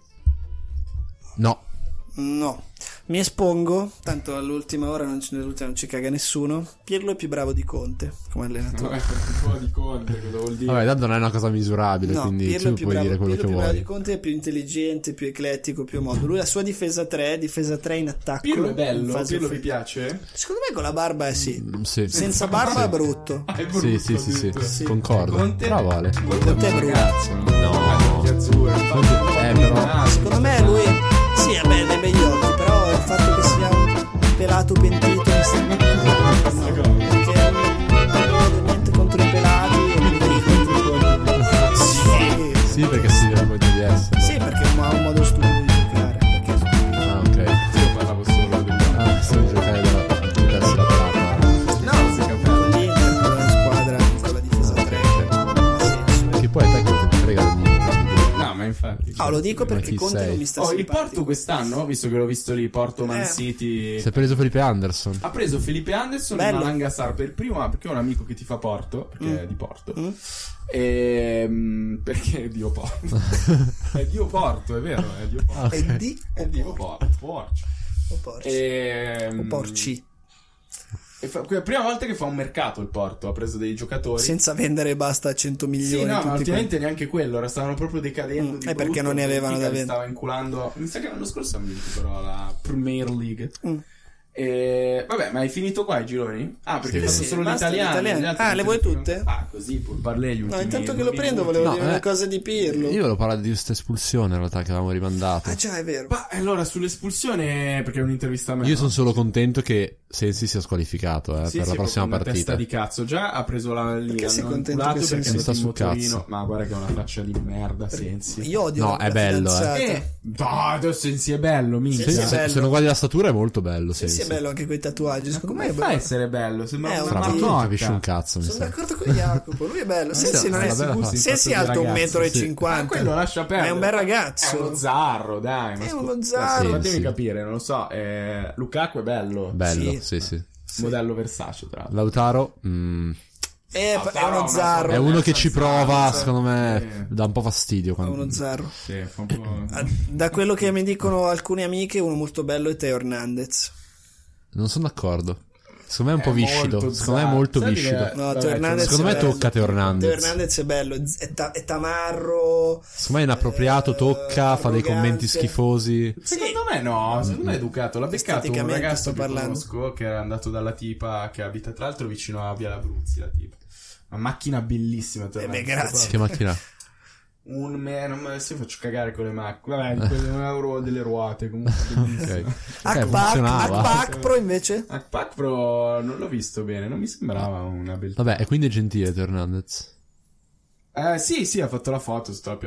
No. No. Mi espongo, tanto all'ultima ora nell'ultima non ci caga nessuno. Pirlo è più bravo di Conte come allenatore. Un po' di Conte, cosa vuol dire? Vabbè, tanto non è una cosa misurabile, No, quindi Pirlo è tu più puoi bravo, dire quello Pirlo che è più bravo di vuoi. Conte, è più intelligente, più eclettico, più modo. Lui la sua difesa 3 in attacco. Pirlo è in bello, fase Pirlo vi offensiva. piace? Secondo me con la barba è sì. Sì. Senza barba è brutto. È brutto, Sì. addirittura. Concordo. Conte? Bravo Ale. Conte è brutto. Ragazzo, No. occhi azzurri, però Secondo me lui sì, vabbè, dai begli occhi, però il fatto che sia un pelato pentito mi sta perché non ho niente contro i pelati e quindi Sì, perché si vede come devi essere. sì, perché ha un modo stupido di giocare. Perché Ah, ok. Io parlavo solo di Se giocare la pelata. no, con l'Inter, con la squadra, con la difesa 3 non ha senso. Che poi a te che ti frega niente. No, ma infatti. No, lo dico perché chi Conte sei? non mi sta Oh, il simpatico. Porto quest'anno, visto che l'ho visto lì, Porto Man City. Si è preso Felipe Anderson. Ha preso Felipe Anderson e Bello. Malanga Sarr per primo, perché ho un amico che ti fa Porto, perché è di Porto. Mm. Perché è Dio Porto. È Dio Porto, è vero, è Dio Porto. È di È Dio Porto. Porcio. o porci. O Porci. la prima volta che fa un mercato il Porto, ha preso dei giocatori. Senza vendere basta 100 milioni. Sì, no, ma tutti ultimamente neanche quello, ora stavano proprio decadendo. Di perché brutto, non ne avevano da Benfica li vendere. stava inculando. Mi sa che l'anno scorso hanno vinto però la Premier League. Mm. Vabbè, ma hai finito qua i gironi? Ah, perché hai fatto Sì, solo basta, l'italiano. l'italiano. gli altri Ah, non le te vuoi frega. tutte? Ah, così pur parli gli ultimi. No, intanto che lo prendo volevo No, dire una cosa di Pirlo. Io volevo parlare di questa espulsione in realtà che avevamo rimandato. Ah già, è vero. Ma allora sull'espulsione, perché è un'intervista a me. Io sono solo contento che Sensi sia squalificato Sì, per sì, la prossima proprio una partita. testa di cazzo. Già ha preso la lì, Perché sei hanno contento inculato che perché Sensi è sta andato in sul motorino. cazzo? Ma guarda che è una faccia di merda, Sensi. Io odio No, la è bello, fidanzata. Adesso Sensi è bello, minchia. Sì, Se, è bello. se non guardi la statura è molto bello. Sì, Sensi. è bello anche quei tatuaggi. Secondo me Come è fa a bello. essere bello? Sembra È una un Fra, tipo- non marmocca. capisci un cazzo. Mi Sono sa. d'accordo con Jacopo, lui è bello. Sensi non è una bella faccia. Sensi è alto 1,50 m. Quello lascia perdere. Ma è un bel ragazzo. È uno zarro, dai. È uno zarro. Sì. Fatemi capire, non lo so. Lukaku è bello. Bello, Sì. sì. Modello Versace, tra l'altro. Lautaro È uno zarro. è uno che ci prova, Sì. secondo me dà un po' fastidio È quando... uno zarro. Sì, fa un po'. Da quello che mi dicono alcune amiche, uno molto bello è Teo Hernandez. Non sono d'accordo. Secondo me è un po' viscido. molto Secondo me è zarro. molto Sai viscido. che- No, Vabbè, Teo Hernandez Secondo me è bello. tocca Teo Hernandez. Teo Hernandez è bello, è tamarro. Secondo me è inappropriato, tocca, fa dei arrogante. commenti schifosi. Secondo me no, secondo me è educato. L'ha beccato un Esteticamente ragazzo sto che parlando. conosco che era andato dalla tipa che abita tra l'altro vicino a Via Labruzzi, la tipa. Una macchina bellissima. grazie. Che macchina? Non me si faccio cagare con le macchine. Vabbè, quelle €1 delle ruote comunque. bellissimo. Ok, funzionava. Akpak Pro invece? Pack Pro non l'ho visto bene, non mi sembrava una bella. Vabbè, e quindi è gentile Teo Hernandez. Sì, ha fatto la foto sotto la pioggia.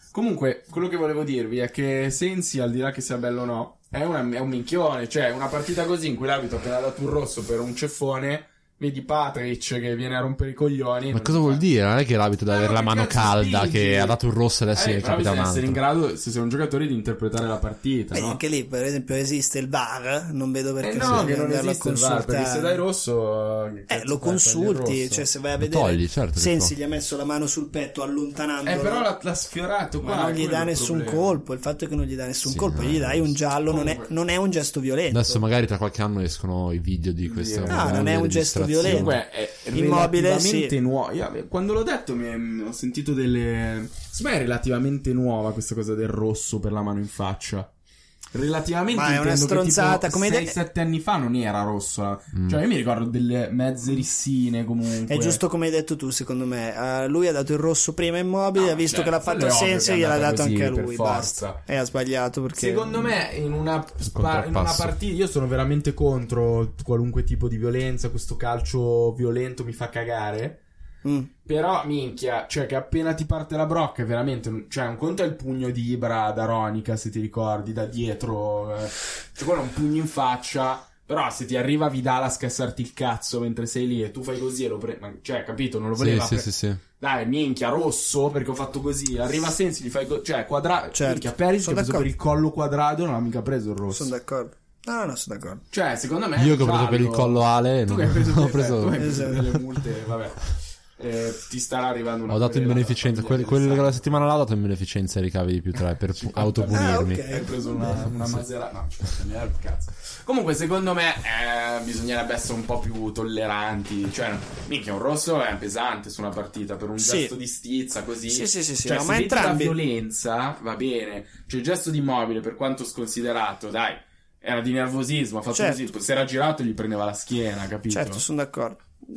Comunque, quello che volevo dirvi è che Sensi, al di là che sia bello o no, è un minchione. Cioè, una partita così in cui l'arbitro ha appena dato un rosso per un ceffone, vedi Patric che viene a rompere i coglioni. Ma cosa vuol dire? Non è che l'abito deve avere la mano calda, spingi? che ha dato un rosso e adesso gli capita un bisogna altro. essere in grado, se sei un giocatore, di interpretare la partita, Beh, no? anche lì, per esempio, esiste il VAR. Non vedo perché no, che non andarlo a esiste il VAR, perché se dai consultare. rosso Lo consulti, cioè se vai a vedere togli, certo che Sensi può. gli ha messo la mano sul petto allontanandolo, però l'ha sfiorato qua. ma non gli quello dà è il nessun problema. colpo. Il fatto è che non gli dà nessun Sì, colpo, gli dai un giallo, non è un gesto violento. Adesso magari tra qualche anno escono i video di queste No, non è un gesto violento. Comunque è Immobile, relativamente sì. nuovo. Quando l'ho detto ho sentito delle... Secondo me è relativamente nuova questa cosa del rosso per la mano in faccia. Relativamente, Ma è una intendo stronzata, che come tipo 6-7 anni fa non era rosso. Cioè io mi ricordo delle mezze rissine comunque. È giusto come hai detto tu, secondo me. Lui ha dato il rosso prima a Immobile, ha visto che l'ha fatto a Sensi, gliel'ha dato anche a lui. Basta. E ha sbagliato perché. Secondo me in una partita io sono veramente contro qualunque tipo di violenza. Questo calcio violento mi fa cagare. Però minchia, cioè che appena ti parte la brocca è veramente, cioè un conto è il pugno di Ibra da Ronica, se ti ricordi, da dietro, cioè quello è un pugno in faccia. Però se ti arriva Vidal a scassarti il cazzo mentre sei lì e tu fai così e lo prendi, cioè capito, non lo voleva sì. Dai, minchia, rosso perché ho fatto così. Arriva Sensi, gli fai cioè quadrato, certo, minchia, Perisic che ha preso per il collo quadrato, non ha mica preso il rosso. Sono d'accordo. No, sono d'accordo. Cioè, secondo me Io che ho preso per il collo Ale, tu non che hai preso, ho preso delle multe, vabbè. Ti starà arrivando una ho dato in querela beneficenza quello che la settimana là ho dato in beneficenza ai ricavi di più 3 per autopunirmi. ok. Hai preso una Maserati, no, cioè, cazzo. Comunque secondo me bisognerebbe essere un po' più tolleranti. Cioè minchia, un rosso è pesante su una partita per un gesto di stizza così. Sì, cioè, no, se ma vedi entrambi la violenza va bene. Cioè il gesto di Immobile, per quanto sconsiderato, dai, era di nervosismo, ha fatto così, si era girato e gli prendeva la schiena, capito? Certo, sono d'accordo.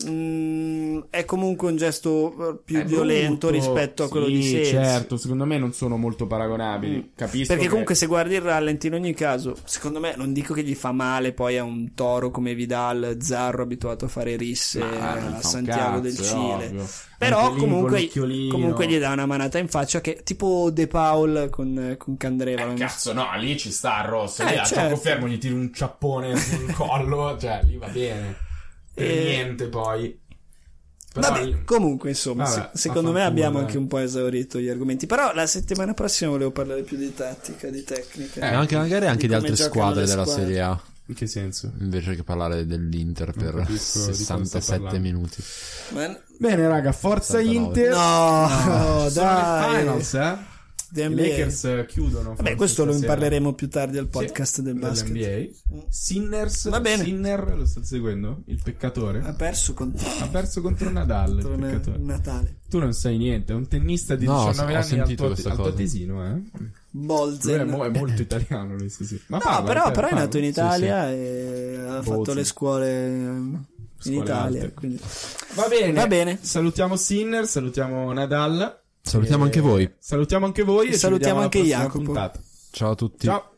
È comunque un gesto più violento rispetto a quello di Sensi. Certo, secondo me non sono molto paragonabili. Capisco perché comunque se guardi il rallenti in ogni caso, secondo me, non dico che gli fa male poi a un toro come Vidal, Zarro abituato a fare risse a Santiago del Cile, però comunque gli dà una manata in faccia che tipo De Paul con Candreva. Cazzo, no, lì ci sta il rosso, lì a certo. gioco fermo gli tiri un ciappone sul collo, cioè lì va bene. Per niente poi. Però vabbè, comunque insomma, secondo me abbiamo anche un po' esaurito gli argomenti. Però la settimana prossima volevo parlare più di tattica, di tecnica, magari anche di altre squadre della Serie A. In che senso? Invece che parlare dell'Inter per 67 minuti. Bene raga, forza 69. Inter. No, dai. Finals, i Lakers chiudono. Vabbè, questo lo parleremo più tardi al podcast del basket. NBA. Sinners, va bene. Sinner, lo state seguendo? Il peccatore. Ha perso contro Nadal. Il peccatore. Natale. Tu non sai niente, è un tennista di 19 anni al tuo tesino, Bolzen. Lui è molto italiano, lui, sì. Ma no, però è nato in Italia e ha fatto le scuole in Italia. Quindi. Va bene. Salutiamo Sinner, salutiamo Nadal. Salutiamo anche voi. Salutiamo anche voi e salutiamo anche Jacopo. Puntata. Ciao a tutti. Ciao.